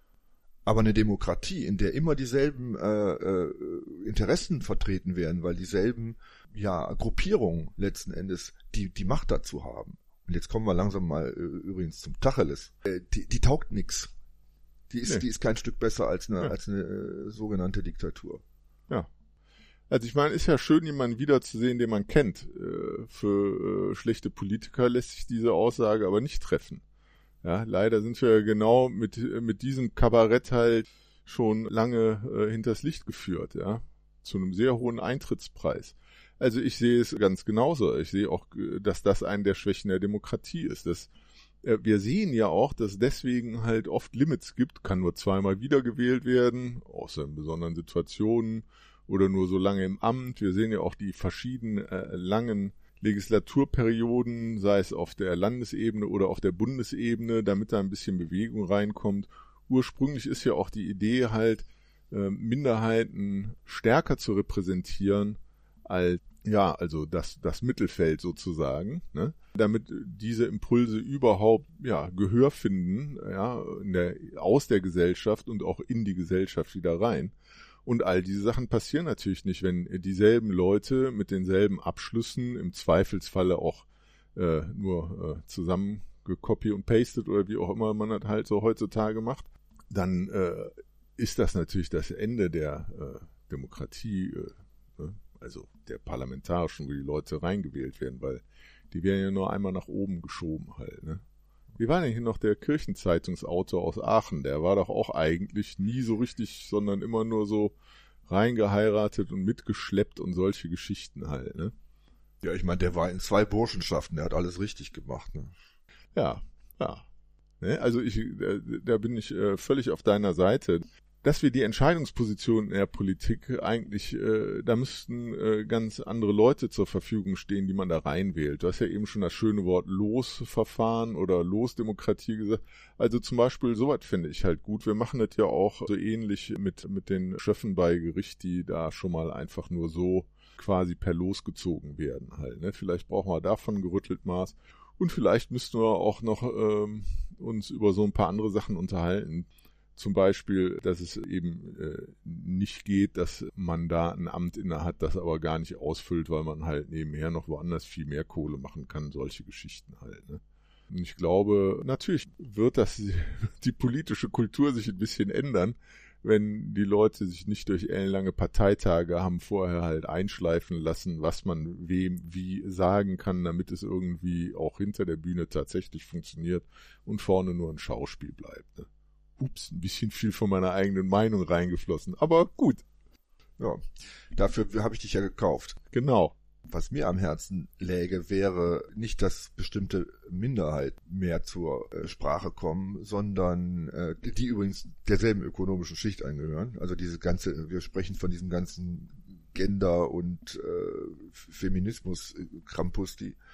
Aber eine Demokratie, in der immer dieselben äh, äh, Interessen vertreten werden, weil dieselben ja Gruppierungen letzten Endes die die Macht dazu haben. Und jetzt kommen wir langsam mal äh, übrigens zum Tacheles. Äh, die, die taugt nix. Die ist, nee. die ist kein Stück besser als eine, ja. als eine äh, sogenannte Diktatur. Ja. Also ich meine, ist ja schön, jemanden wiederzusehen, den man kennt. Äh, für äh, schlechte Politiker lässt sich diese Aussage aber nicht treffen. Ja, leider sind wir genau mit mit diesem Kabarett halt schon lange äh, hinters Licht geführt, ja, zu einem sehr hohen Eintrittspreis. Also ich sehe es ganz genauso. Ich sehe auch, dass das eine der Schwächen der Demokratie ist. Dass wir sehen ja auch, dass deswegen halt oft Limits gibt, kann nur zweimal wiedergewählt werden, außer in besonderen Situationen oder nur so lange im Amt. Wir sehen ja auch die verschiedenen äh, langen Legislaturperioden, sei es auf der Landesebene oder auf der Bundesebene, damit da ein bisschen Bewegung reinkommt. Ursprünglich ist ja auch die Idee halt, äh, Minderheiten stärker zu repräsentieren als ja, also das, das Mittelfeld sozusagen, ne? Damit diese Impulse überhaupt, ja, Gehör finden, ja, in der, aus der Gesellschaft und auch in die Gesellschaft wieder rein. Und all diese Sachen passieren natürlich nicht, wenn dieselben Leute mit denselben Abschlüssen, im Zweifelsfalle auch äh, nur äh, zusammen gecopy und pastet oder wie auch immer man das halt so heutzutage macht, dann äh, ist das natürlich das Ende der äh, Demokratie, äh, ne? Also der parlamentarischen, wo die Leute reingewählt werden, weil die werden ja nur einmal nach oben geschoben halt, ne? Wie war denn hier noch der Kirchenzeitungsautor aus Aachen? Der war doch auch eigentlich nie so richtig, sondern immer nur so reingeheiratet und mitgeschleppt und solche Geschichten halt, ne? Ja, ich meine, der war in zwei Burschenschaften, der hat alles richtig gemacht, ne? Ja, ja. Ne? Also ich, da, da bin ich äh, völlig auf deiner Seite. Dass wir die Entscheidungsposition in der Politik eigentlich, äh, da müssten äh, ganz andere Leute zur Verfügung stehen, die man da reinwählt. Du hast ja eben schon das schöne Wort Losverfahren oder Losdemokratie gesagt. Also zum Beispiel sowas finde ich halt gut. Wir machen das ja auch so ähnlich mit mit den Schöffen bei Gericht, die da schon mal einfach nur so quasi per Los gezogen werden halt. Ne? Vielleicht brauchen wir davon gerüttelt Maß. Und vielleicht müssten wir auch noch ähm, uns über so ein paar andere Sachen unterhalten. Zum Beispiel, dass es eben äh, nicht geht, dass man da ein Amt inne hat, das aber gar nicht ausfüllt, weil man halt nebenher noch woanders viel mehr Kohle machen kann, solche Geschichten halt. Ne? Und ich glaube, natürlich wird das die politische Kultur sich ein bisschen ändern, wenn die Leute sich nicht durch ellenlange Parteitage haben vorher halt einschleifen lassen, was man wem wie sagen kann, damit es irgendwie auch hinter der Bühne tatsächlich funktioniert und vorne nur ein Schauspiel bleibt. Ne? Ups, ein bisschen viel von meiner eigenen Meinung reingeflossen, aber gut. Ja, dafür habe ich dich ja gekauft. Genau. Was mir am Herzen läge, wäre nicht, dass bestimmte Minderheiten mehr zur äh, Sprache kommen, sondern äh, die übrigens derselben ökonomischen Schicht angehören. Also diese ganze, wir sprechen von diesem ganzen Gender- und äh, Feminismus-Krampus, die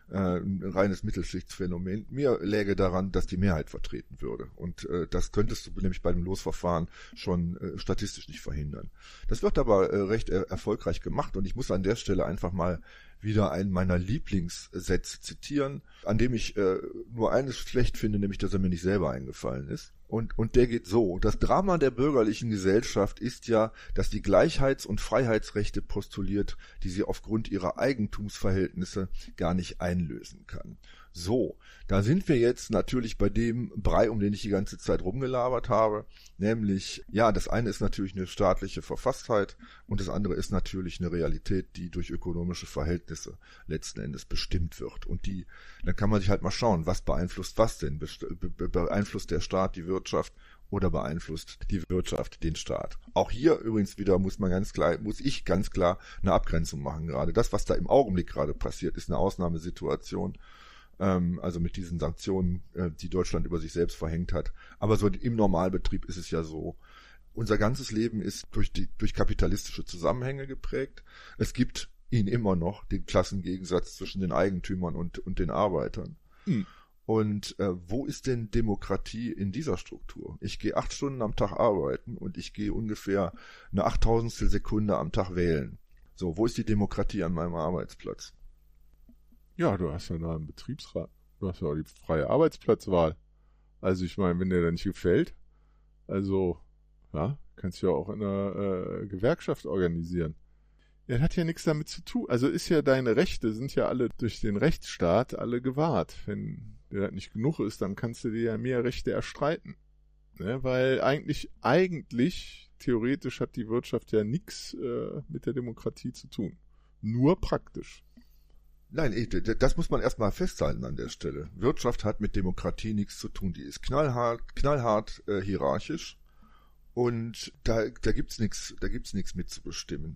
äh, ein reines Mittelschichtsphänomen. Mir läge daran, dass die Mehrheit vertreten würde. Und äh, das könntest du nämlich bei dem Losverfahren schon äh, statistisch nicht verhindern. Das wird aber äh, recht äh, erfolgreich gemacht und ich muss an der Stelle einfach mal wieder einen meiner Lieblingssätze zitieren, an dem ich äh, nur eines schlecht finde, nämlich, dass er mir nicht selber eingefallen ist. Und, und der geht so: Das Drama der bürgerlichen Gesellschaft ist ja, dass die Gleichheits- und Freiheitsrechte postuliert, die sie aufgrund ihrer Eigentumsverhältnisse gar nicht einlösen kann. So, da sind wir jetzt natürlich bei dem Brei, um den ich die ganze Zeit rumgelabert habe, nämlich, ja, das eine ist natürlich eine staatliche Verfasstheit und das andere ist natürlich eine Realität, die durch ökonomische Verhältnisse letzten Endes bestimmt wird. Und die, dann kann man sich halt mal schauen, was beeinflusst was denn? Be- beeinflusst der Staat die Wirtschaft oder beeinflusst die Wirtschaft den Staat? Auch hier übrigens wieder muss man ganz klar, muss ich ganz klar eine Abgrenzung machen gerade. Das, was da im Augenblick gerade passiert, ist eine Ausnahmesituation. Also mit diesen Sanktionen, die Deutschland über sich selbst verhängt hat. Aber so im Normalbetrieb ist es ja so. Unser ganzes Leben ist durch die, durch kapitalistische Zusammenhänge geprägt. Es gibt ihn immer noch, den Klassengegensatz zwischen den Eigentümern und, und den Arbeitern. Hm. Und äh, wo ist denn Demokratie in dieser Struktur? Ich gehe acht Stunden am Tag arbeiten und ich gehe ungefähr eine achttausendstel Sekunde am Tag wählen. So, wo ist die Demokratie an meinem Arbeitsplatz? Ja, du hast ja da einen Betriebsrat, du hast ja auch die freie Arbeitsplatzwahl. Also ich meine, wenn dir da nicht gefällt, also, ja, kannst du ja auch in einer äh, Gewerkschaft organisieren. Ja, das hat ja nichts damit zu tun. Also ist ja, deine Rechte sind ja alle durch den Rechtsstaat alle gewahrt. Wenn dir das nicht genug ist, dann kannst du dir ja mehr Rechte erstreiten. Ne? Weil eigentlich, eigentlich, theoretisch hat die Wirtschaft ja nichts äh, mit der Demokratie zu tun. Nur praktisch. Nein, das muss man erstmal festhalten an der Stelle. Wirtschaft hat mit Demokratie nichts zu tun. Die ist knallhart, knallhart äh, hierarchisch und da, da gibt's nichts, da gibt's nichts mitzubestimmen.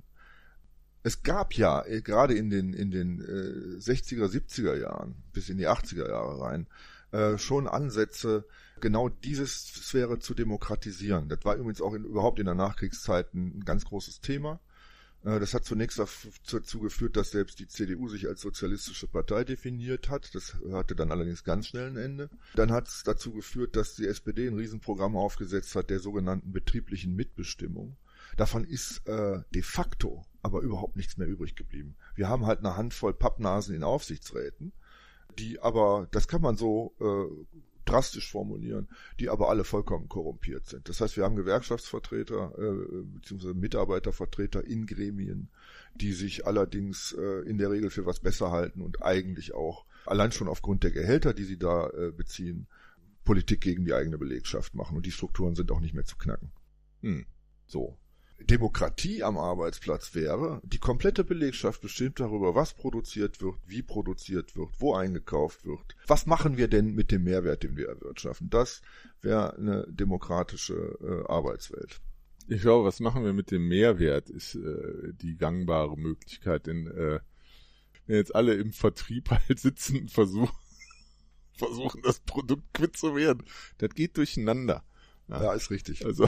Es gab ja äh, gerade in den in den äh, sechziger, siebziger Jahren bis in die achtziger Jahre rein äh, schon Ansätze, genau diese Sphäre zu demokratisieren. Das war übrigens auch in, überhaupt in der Nachkriegszeit ein, ein ganz großes Thema. Das hat zunächst dazu geführt, dass selbst die C D U sich als sozialistische Partei definiert hat. Das hatte dann allerdings ganz schnell ein Ende. Dann hat es dazu geführt, dass die S P D ein Riesenprogramm aufgesetzt hat der sogenannten betrieblichen Mitbestimmung. Davon ist äh, de facto aber überhaupt nichts mehr übrig geblieben. Wir haben halt eine Handvoll Pappnasen in Aufsichtsräten, die aber, das kann man so äh, drastisch formulieren, die aber alle vollkommen korrumpiert sind. Das heißt, wir haben Gewerkschaftsvertreter äh, bzw. Mitarbeitervertreter in Gremien, die sich allerdings äh, in der Regel für was besser halten und eigentlich auch, allein schon aufgrund der Gehälter, die sie da äh, beziehen, Politik gegen die eigene Belegschaft machen. Und die Strukturen sind auch nicht mehr zu knacken. Hm. So. Demokratie am Arbeitsplatz wäre, die komplette Belegschaft bestimmt darüber, was produziert wird, wie produziert wird, wo eingekauft wird. Was machen wir denn mit dem Mehrwert, den wir erwirtschaften? Das wäre eine demokratische äh, Arbeitswelt. Ich glaube, was machen wir mit dem Mehrwert, ist äh, die gangbare Möglichkeit. Denn äh, wenn jetzt alle im Vertrieb halt sitzen und versuchen, versuchen das Produkt quitt zu werden, das geht durcheinander. Ja, ja, ist richtig. Also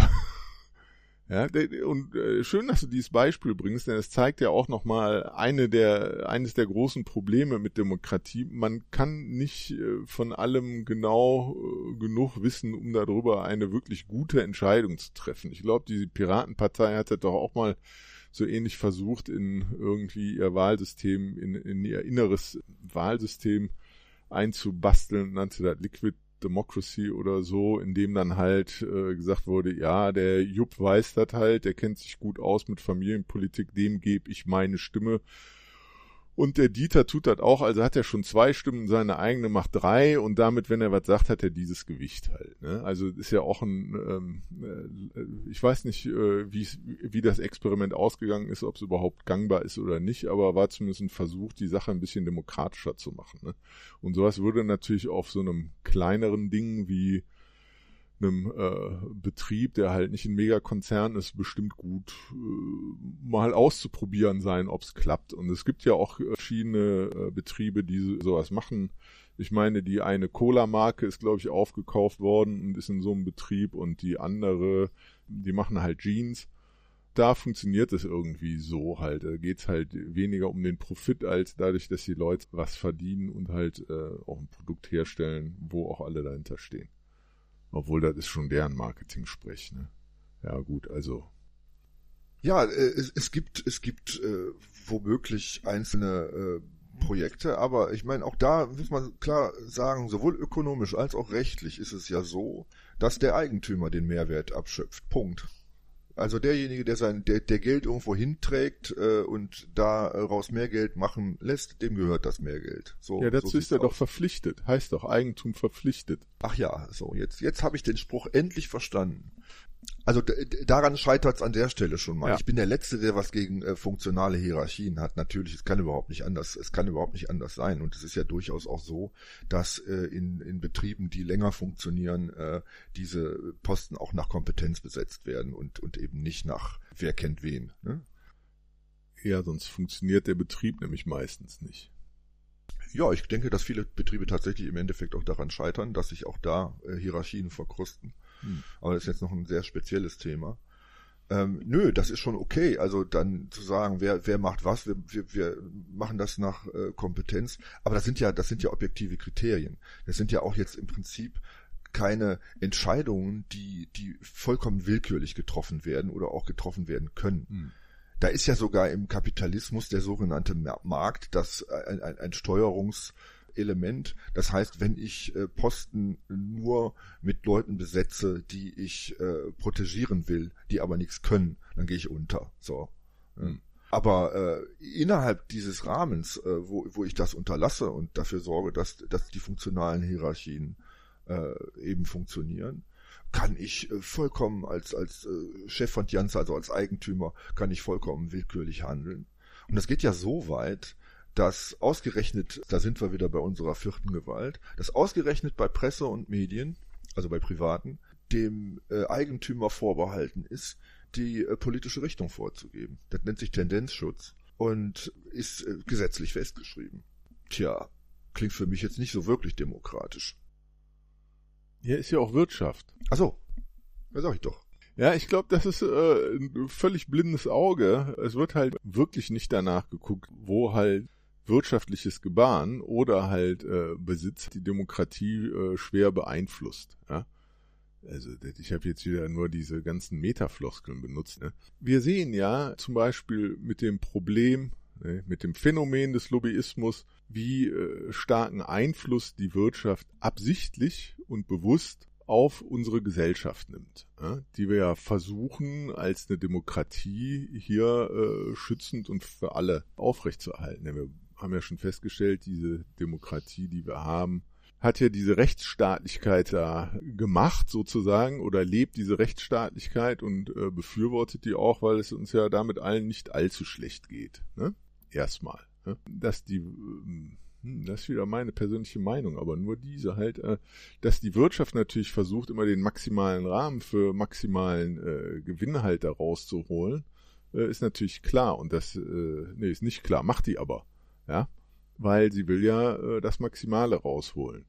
ja, und äh, schön, dass du dieses Beispiel bringst, denn es zeigt ja auch nochmal eine der, eines der großen Probleme mit Demokratie. Man kann nicht äh, von allem genau äh, genug wissen, um darüber eine wirklich gute Entscheidung zu treffen. Ich glaube, die Piratenpartei hat das doch auch mal so ähnlich versucht, in irgendwie ihr Wahlsystem, in, in ihr inneres Wahlsystem einzubasteln, nannte das Liquid Democracy oder so, in dem dann halt äh, gesagt wurde, ja, der Jupp weiß das halt, der kennt sich gut aus mit Familienpolitik, dem gebe ich meine Stimme. Und der Dieter tut das auch, also hat er schon zwei Stimmen, seine eigene macht drei und damit, wenn er was sagt, hat er dieses Gewicht halt. Ne? Also ist ja auch ein, ähm, äh, ich weiß nicht, äh, wie das Experiment ausgegangen ist, ob es überhaupt gangbar ist oder nicht, aber war zumindest ein Versuch, die Sache ein bisschen demokratischer zu machen. Ne? Und sowas würde natürlich auf so einem kleineren Ding wie einem äh, Betrieb, der halt nicht ein Megakonzern ist, bestimmt gut äh, mal auszuprobieren sein, ob es klappt. Und es gibt ja auch verschiedene äh, Betriebe, die sowas machen. Ich meine, die eine Cola-Marke ist, glaube ich, aufgekauft worden und ist in so einem Betrieb und die andere, die machen halt Jeans. da funktioniert es irgendwie so halt. Da geht's halt weniger um den Profit, als dadurch, dass die Leute was verdienen und halt äh, auch ein Produkt herstellen, wo auch alle dahinter stehen. Obwohl, das ist schon deren Marketing-Sprech, ne? Ja, gut, also. Ja, äh, es, es gibt, es gibt äh, womöglich einzelne äh, Projekte, aber ich meine, auch da muss man klar sagen, sowohl ökonomisch als auch rechtlich ist es ja so, dass der Eigentümer den Mehrwert abschöpft. Punkt. Also derjenige, der sein, der, der Geld irgendwo hinträgt äh, und daraus mehr Geld machen lässt, dem gehört das Mehrgeld. So, ja, dazu so ist er aus. doch verpflichtet. Heißt doch Eigentum verpflichtet. Ach ja, so, jetzt, jetzt habe ich den Spruch endlich verstanden. Also d- d- daran scheitert es an der Stelle schon mal. Ja. Ich bin der Letzte, der was gegen äh, funktionale Hierarchien hat. Natürlich, es kann überhaupt nicht anders, es kann überhaupt nicht anders sein. Und es ist ja durchaus auch so, dass äh, in, in Betrieben, die länger funktionieren, äh, diese Posten auch nach Kompetenz besetzt werden und, und eben nicht nach wer kennt wen. Ne? Ja, sonst funktioniert der Betrieb nämlich meistens nicht. Ja, ich denke, dass viele Betriebe tatsächlich im Endeffekt auch daran scheitern, dass sich auch da äh, Hierarchien verkrusten. Hm. Aber das ist jetzt noch ein sehr spezielles Thema. Ähm, nö, das ist schon okay. Also dann zu sagen, wer wer macht was, wir wir, wir machen das nach äh, Kompetenz. Aber das sind ja das sind ja objektive Kriterien. Das sind ja auch jetzt im Prinzip keine Entscheidungen, die die vollkommen willkürlich getroffen werden oder auch getroffen werden können. Hm. Da ist ja sogar im Kapitalismus der sogenannte Markt, das ein, ein, ein Steuerungselement. Das heißt, wenn ich äh, Posten nur mit Leuten besetze, die ich äh, protegieren will, die aber nichts können, dann gehe ich unter. So. Mhm. Aber äh, innerhalb dieses Rahmens, äh, wo, wo ich das unterlasse und dafür sorge, dass, dass die funktionalen Hierarchien äh, eben funktionieren, kann ich äh, vollkommen als als äh, Chef von Jansa, also als Eigentümer, kann ich vollkommen willkürlich handeln. Und das geht ja so weit, dass ausgerechnet, da sind wir wieder bei unserer vierten Gewalt, dass ausgerechnet bei Presse und Medien, also bei Privaten, dem äh, Eigentümer vorbehalten ist, die äh, politische Richtung vorzugeben. Das nennt sich Tendenzschutz und ist äh, gesetzlich festgeschrieben. Tja, klingt für mich jetzt nicht so wirklich demokratisch. Ja, ist ja auch Wirtschaft. Ach so, das sag ich doch. Ja, ich glaube, das ist äh, ein völlig blindes Auge. Es wird halt wirklich nicht danach geguckt, wo halt wirtschaftliches Gebaren oder halt äh, Besitz die Demokratie äh, schwer beeinflusst. Ja? Also ich habe jetzt wieder nur diese ganzen Metafloskeln benutzt. Ne? Wir sehen ja zum Beispiel mit dem Problem, ne, mit dem Phänomen des Lobbyismus, wie äh, starken Einfluss die Wirtschaft absichtlich und bewusst auf unsere Gesellschaft nimmt, ja, die wir ja versuchen, als eine Demokratie hier äh, schützend und für alle aufrechtzuerhalten. Ja, wir haben ja schon festgestellt, diese Demokratie, die wir haben, hat ja diese Rechtsstaatlichkeit da gemacht sozusagen oder lebt diese Rechtsstaatlichkeit und äh, befürwortet die auch, weil es uns ja damit allen nicht allzu schlecht geht. Ne? Erstmal. Ne? Dass die, hm, das ist wieder meine persönliche Meinung, aber nur diese halt, äh, dass die Wirtschaft natürlich versucht, immer den maximalen Rahmen für maximalen äh, Gewinn halt da rauszuholen, äh, ist natürlich klar und das, äh, nee, ist nicht klar, macht die aber, ja, weil sie will ja äh, das Maximale rausholen.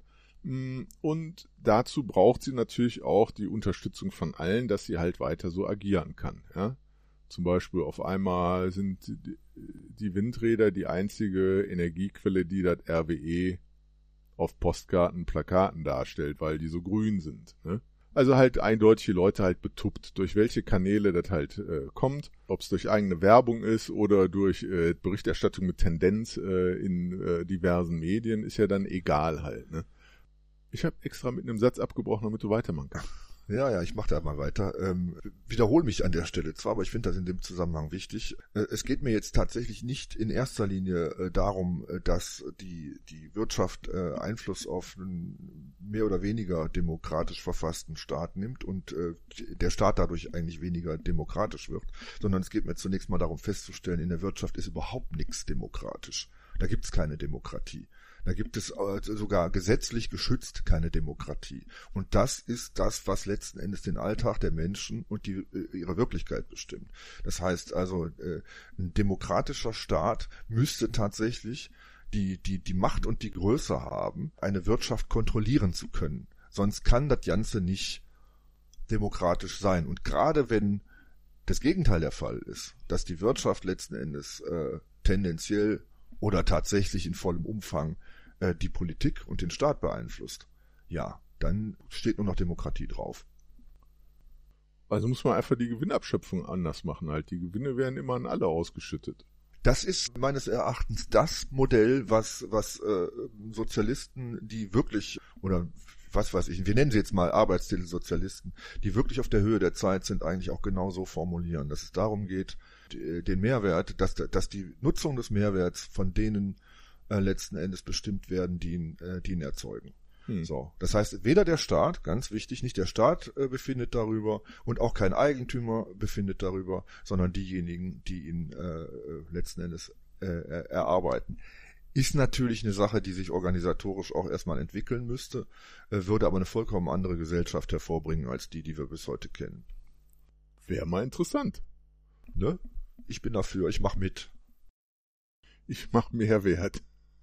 Und dazu braucht sie natürlich auch die Unterstützung von allen, dass sie halt weiter so agieren kann. Ja? Zum Beispiel auf einmal sind die Windräder die einzige Energiequelle, die das R W E auf Postkarten, Plakaten darstellt, weil die so grün sind. Ne? Also halt eindeutig die Leute halt betuppt, durch welche Kanäle das halt äh, kommt, ob es durch eigene Werbung ist oder durch äh, Berichterstattung mit Tendenz äh, in äh, diversen Medien, ist ja dann egal halt, ne? Ich habe extra mit einem Satz abgebrochen, damit du weitermachen kannst. Ja, ja, ich mache da mal weiter. Ähm, wiederhole mich an der Stelle zwar, aber ich finde das in dem Zusammenhang wichtig. Äh, es geht mir jetzt tatsächlich nicht in erster Linie äh, darum, äh, dass die die Wirtschaft äh, Einfluss auf einen mehr oder weniger demokratisch verfassten Staat nimmt und äh, der Staat dadurch eigentlich weniger demokratisch wird, sondern es geht mir zunächst mal darum festzustellen, in der Wirtschaft ist überhaupt nichts demokratisch. Da gibt's keine Demokratie. Da gibt es sogar gesetzlich geschützt keine Demokratie. Und das ist das, was letzten Endes den Alltag der Menschen und die, ihre Wirklichkeit bestimmt. Das heißt also, ein demokratischer Staat müsste tatsächlich die, die, die Macht und die Größe haben, eine Wirtschaft kontrollieren zu können. Sonst kann das Ganze nicht demokratisch sein. Und gerade wenn das Gegenteil der Fall ist, dass die Wirtschaft letzten Endes äh, tendenziell oder tatsächlich in vollem Umfang äh, die Politik und den Staat beeinflusst, ja, dann steht nur noch Demokratie drauf. Also muss man einfach die Gewinnabschöpfung anders machen halt. Die Gewinne werden immer an alle ausgeschüttet. Das ist meines Erachtens das Modell, was was äh, Sozialisten, die wirklich, oder was weiß ich, wir nennen sie jetzt mal Arbeitstitel-Sozialisten, die wirklich auf der Höhe der Zeit sind, eigentlich auch genauso formulieren, dass es darum geht, den Mehrwert, dass, dass die Nutzung des Mehrwerts von denen äh, letzten Endes bestimmt werden, die ihn, äh, die ihn erzeugen. Hm. So, das heißt, weder der Staat, ganz wichtig, nicht der Staat äh, befindet darüber und auch kein Eigentümer befindet darüber, sondern diejenigen, die ihn äh, letzten Endes äh, erarbeiten. Ist natürlich eine Sache, die sich organisatorisch auch erstmal entwickeln müsste, äh, würde aber eine vollkommen andere Gesellschaft hervorbringen als die, die wir bis heute kennen. Wäre mal interessant. Ne? Ich bin dafür, ich mach mit. Ich mach Mehrwert.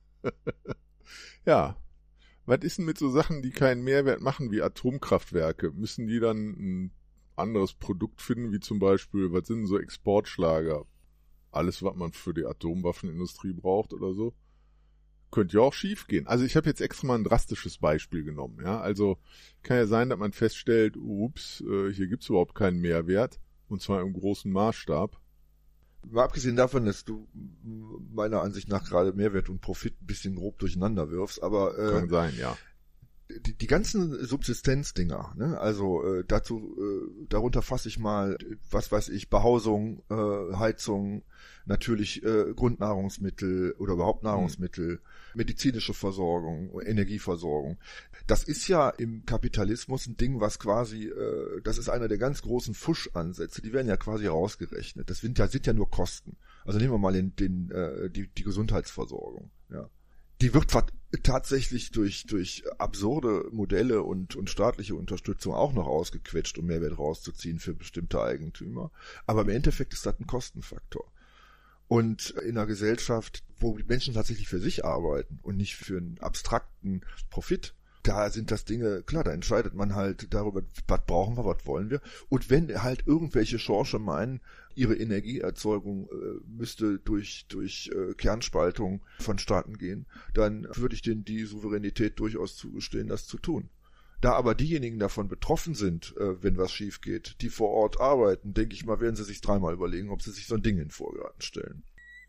Ja. Was ist denn mit so Sachen, die keinen Mehrwert machen, wie Atomkraftwerke? Müssen die dann ein anderes Produkt finden, wie zum Beispiel, was sind so Exportschlager? Alles, was man für die Atomwaffenindustrie braucht oder so? Könnte ja auch schief gehen. Also ich habe jetzt extra mal ein drastisches Beispiel genommen. Ja, also kann ja sein, dass man feststellt, ups, äh, hier gibt's überhaupt keinen Mehrwert, und zwar im großen Maßstab. Mal abgesehen davon, dass du meiner Ansicht nach gerade Mehrwert und Profit ein bisschen grob durcheinander wirfst, aber äh, kann sein, ja. Die, die ganzen Subsistenzdinger, ne? Also äh, dazu, äh, darunter fasse ich mal, was weiß ich, Behausung, äh, Heizung, natürlich äh, Grundnahrungsmittel oder überhaupt Nahrungsmittel, mhm. medizinische Versorgung, Energieversorgung. Das ist ja im Kapitalismus ein Ding, was quasi, äh, das ist einer der ganz großen Fusch-Ansätze, die werden ja quasi rausgerechnet. Das sind ja, sind ja nur Kosten. Also nehmen wir mal den, den, äh, die, die Gesundheitsversorgung, ja. Die wird tatsächlich durch durch absurde Modelle und und staatliche Unterstützung auch noch ausgequetscht, um Mehrwert rauszuziehen für bestimmte Eigentümer. Aber im Endeffekt ist das ein Kostenfaktor. Und in einer Gesellschaft, wo die Menschen tatsächlich für sich arbeiten und nicht für einen abstrakten Profit, da sind das Dinge, klar, da entscheidet man halt darüber, was brauchen wir, was wollen wir. Und wenn halt irgendwelche Schorsche meinen, ihre Energieerzeugung äh, müsste durch durch äh, Kernspaltung vonstatten gehen, dann würde ich denen die Souveränität durchaus zugestehen, das zu tun. Da aber diejenigen davon betroffen sind, äh, wenn was schief geht, die vor Ort arbeiten, denke ich mal, werden sie sich dreimal überlegen, ob sie sich so ein Ding in den Vorgarten stellen.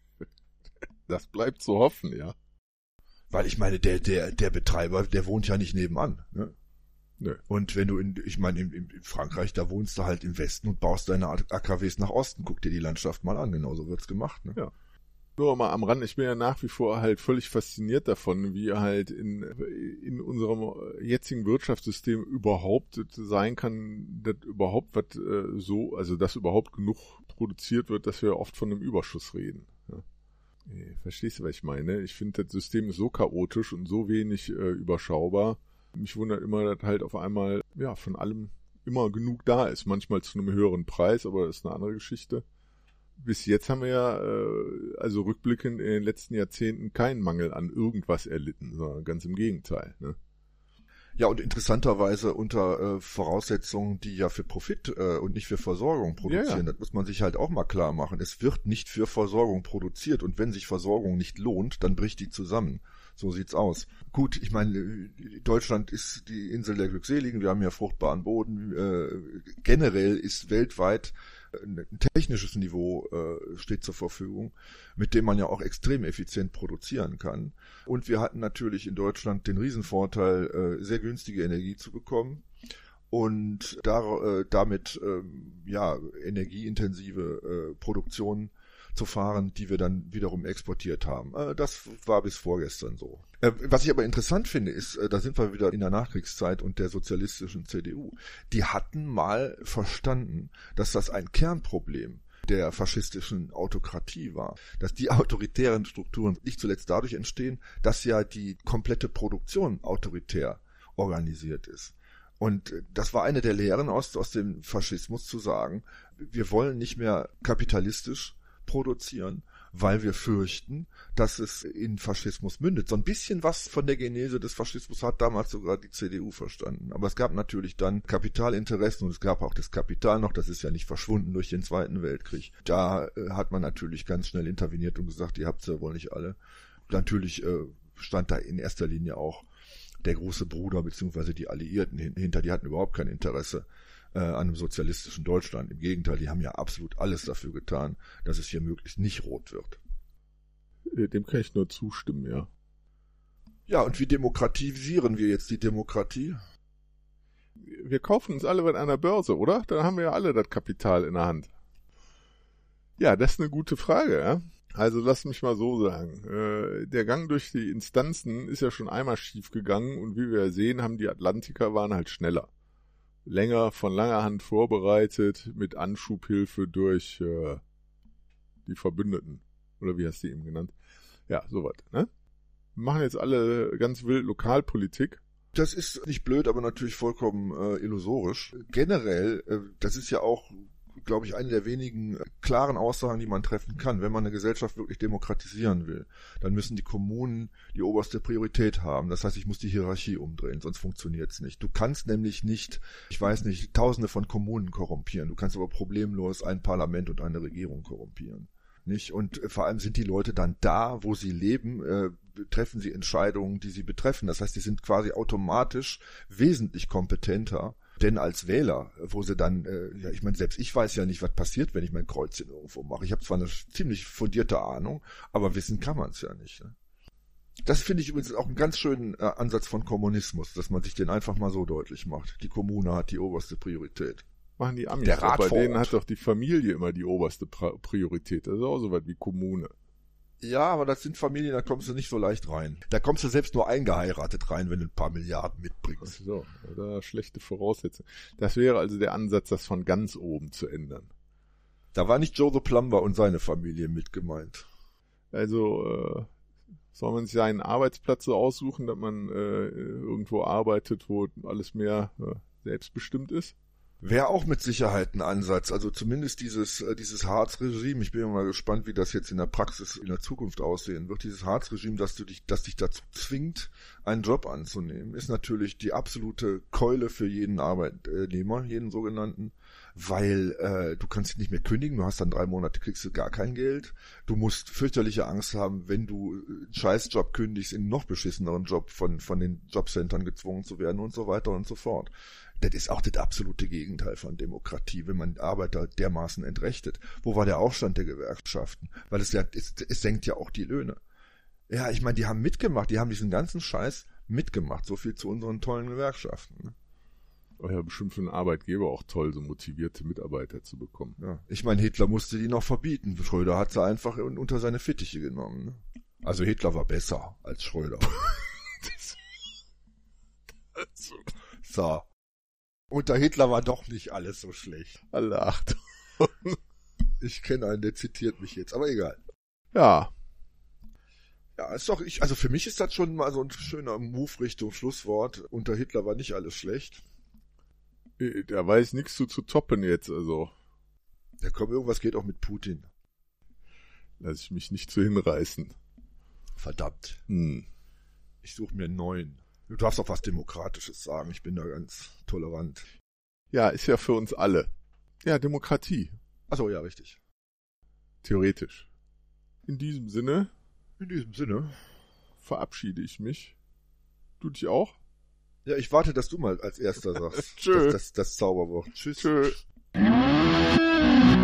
Das bleibt zu hoffen, ja. Weil ich meine, der der der Betreiber, der wohnt ja nicht nebenan, ne? Nö. Und wenn du in, ich meine, in, in Frankreich, da wohnst du halt im Westen und baust deine A K Ws nach Osten. Guck dir die Landschaft mal an, genauso wird's gemacht, ne? Ja. Nur mal am Rand, ich bin ja nach wie vor halt völlig fasziniert davon, wie halt in in unserem jetzigen Wirtschaftssystem überhaupt sein kann, dass überhaupt was äh, so, also dass überhaupt genug produziert wird, dass wir oft von einem Überschuss reden. Ja. Verstehst du, was ich meine? Ich finde, das System ist so chaotisch und so wenig äh, überschaubar. Mich wundert immer, dass halt auf einmal ja von allem immer genug da ist. Manchmal zu einem höheren Preis, aber das ist eine andere Geschichte. Bis jetzt haben wir ja, äh, also rückblickend in den letzten Jahrzehnten, keinen Mangel an irgendwas erlitten, sondern ganz im Gegenteil, ne? Ja, und interessanterweise unter äh, Voraussetzungen, die ja für Profit äh, und nicht für Versorgung produzieren. Ja, ja. Das muss man sich halt auch mal klar machen. Es wird nicht für Versorgung produziert und wenn sich Versorgung nicht lohnt, dann bricht die zusammen. So sieht's aus. Gut, ich meine, Deutschland ist die Insel der Glückseligen, wir haben ja fruchtbaren Boden. Äh, generell ist weltweit ein technisches Niveau äh, steht zur Verfügung, mit dem man ja auch extrem effizient produzieren kann. Und wir hatten natürlich in Deutschland den Riesenvorteil, äh, sehr günstige Energie zu bekommen und da, äh, damit äh, ja energieintensive äh, Produktion zu fahren, die wir dann wiederum exportiert haben. Äh, das war bis vorgestern so. Äh, was ich aber interessant finde, ist, äh, da sind wir wieder in der Nachkriegszeit und der sozialistischen C D U. Die hatten mal verstanden, dass das ein Kernproblem der faschistischen Autokratie war, dass die autoritären Strukturen nicht zuletzt dadurch entstehen, dass ja die komplette Produktion autoritär organisiert ist. Und das war eine der Lehren aus, aus dem Faschismus, zu sagen, wir wollen nicht mehr kapitalistisch produzieren, weil wir fürchten, dass es in Faschismus mündet. So ein bisschen was von der Genese des Faschismus hat damals sogar die C D U verstanden. Aber es gab natürlich dann Kapitalinteressen und es gab auch das Kapital noch, das ist ja nicht verschwunden durch den Zweiten Weltkrieg. Da äh, hat man natürlich ganz schnell interveniert und gesagt, ihr habt's ja wohl nicht alle. Natürlich äh, stand da in erster Linie auch der große Bruder bzw. die Alliierten hinter, die hatten überhaupt kein Interesse äh, an einem sozialistischen Deutschland. Im Gegenteil, die haben ja absolut alles dafür getan, dass es hier möglichst nicht rot wird. Dem kann ich nur zustimmen, ja. Ja, und wie demokratisieren wir jetzt die Demokratie? Wir kaufen uns alle bei einer Börse, oder? Dann haben wir ja alle das Kapital in der Hand. Ja, das ist eine gute Frage, ja. Also lass mich mal so sagen, äh, der Gang durch die Instanzen ist ja schon einmal schief gegangen und wie wir sehen, haben die Atlantiker waren halt schneller. Länger, von langer Hand vorbereitet, mit Anschubhilfe durch äh, die Verbündeten. Oder wie hast du die eben genannt? Ja, soweit, ne? Wir machen jetzt alle ganz wild Lokalpolitik. Das ist nicht blöd, aber natürlich vollkommen äh, illusorisch. Generell, äh, das ist ja auch, glaube ich, eine der wenigen äh, klaren Aussagen, die man treffen kann. Wenn man eine Gesellschaft wirklich demokratisieren will, dann müssen die Kommunen die oberste Priorität haben. Das heißt, ich muss die Hierarchie umdrehen, sonst funktioniert es nicht. Du kannst nämlich nicht, ich weiß nicht, tausende von Kommunen korrumpieren. Du kannst aber problemlos ein Parlament und eine Regierung korrumpieren. Nicht? Und äh, vor allem sind die Leute dann da, wo sie leben, äh, treffen sie Entscheidungen, die sie betreffen. Das heißt, sie sind quasi automatisch wesentlich kompetenter, denn als Wähler, wo sie dann, äh, ja, ich meine, selbst ich weiß ja nicht, was passiert, wenn ich mein Kreuzchen irgendwo mache. Ich habe zwar eine ziemlich fundierte Ahnung, aber wissen kann man es ja nicht. Ne? Das finde ich übrigens auch einen ganz schönen äh, Ansatz von Kommunismus, dass man sich den einfach mal so deutlich macht. Die Kommune hat die oberste Priorität. Machen die Amis. Der Rat bei vor denen Ort. hat doch die Familie immer die oberste pra- Priorität. Das ist auch so was wie Kommune. Ja, aber das sind Familien, da kommst du nicht so leicht rein. Da kommst du selbst nur eingeheiratet rein, wenn du ein paar Milliarden mitbringst. Ach so, oder schlechte Voraussetzungen. Das wäre also der Ansatz, das von ganz oben zu ändern. Da war nicht Joe the Plumber und seine Familie mit gemeint. Also äh, soll man sich einen Arbeitsplatz so aussuchen, dass man äh, irgendwo arbeitet, wo alles mehr äh, selbstbestimmt ist? Wäre auch mit Sicherheit ein Ansatz, also zumindest dieses äh, dieses Hartz-Regime. Ich bin ja mal gespannt, wie das jetzt in der Praxis in der Zukunft aussehen wird. Dieses Hartz-Regime, dass du dich, dass dich dazu zwingt, einen Job anzunehmen, ist natürlich die absolute Keule für jeden Arbeitnehmer, jeden sogenannten, weil äh, du kannst nicht mehr kündigen. Du hast dann drei Monate, kriegst du gar kein Geld. Du musst fürchterliche Angst haben, wenn du einen Scheißjob kündigst, in einen noch beschisseneren Job von von den Jobcentern gezwungen zu werden und so weiter und so fort. Das ist auch das absolute Gegenteil von Demokratie, wenn man Arbeiter dermaßen entrechtet. Wo war der Aufstand der Gewerkschaften? Weil es ja, es, es senkt ja auch die Löhne. Ja, ich meine, die haben mitgemacht, die haben diesen ganzen Scheiß mitgemacht. So viel zu unseren tollen Gewerkschaften. Ne? Oh ja, bestimmt für einen Arbeitgeber auch toll, so motivierte Mitarbeiter zu bekommen. Ja, ich meine, Hitler musste die noch verbieten. Schröder hat sie einfach unter seine Fittiche genommen. Ne? Also Hitler war besser als Schröder. das, das, so. Unter Hitler war doch nicht alles so schlecht. Alle Achtung. Ich kenne einen, der zitiert mich jetzt, aber egal. Ja. Ja, ist doch, ich, also für mich ist das schon mal so ein schöner Move Richtung Schlusswort. Unter Hitler war nicht alles schlecht. Da weiß nichts zu, zu toppen jetzt, also. Ja komm, irgendwas geht auch mit Putin. Lass ich mich nicht zu hinreißen. Verdammt. Hm. Ich suche mir einen neuen. Du darfst auch was Demokratisches sagen, ich bin da ganz tolerant. Ja, ist ja für uns alle. Ja, Demokratie. Ach so, ja, richtig. Theoretisch. In diesem Sinne. In diesem Sinne. Verabschiede ich mich. Du dich auch? Ja, ich warte, dass du mal als Erster sagst. Tschö. Das, das, das Zauberwort. Tschüss. Tschö.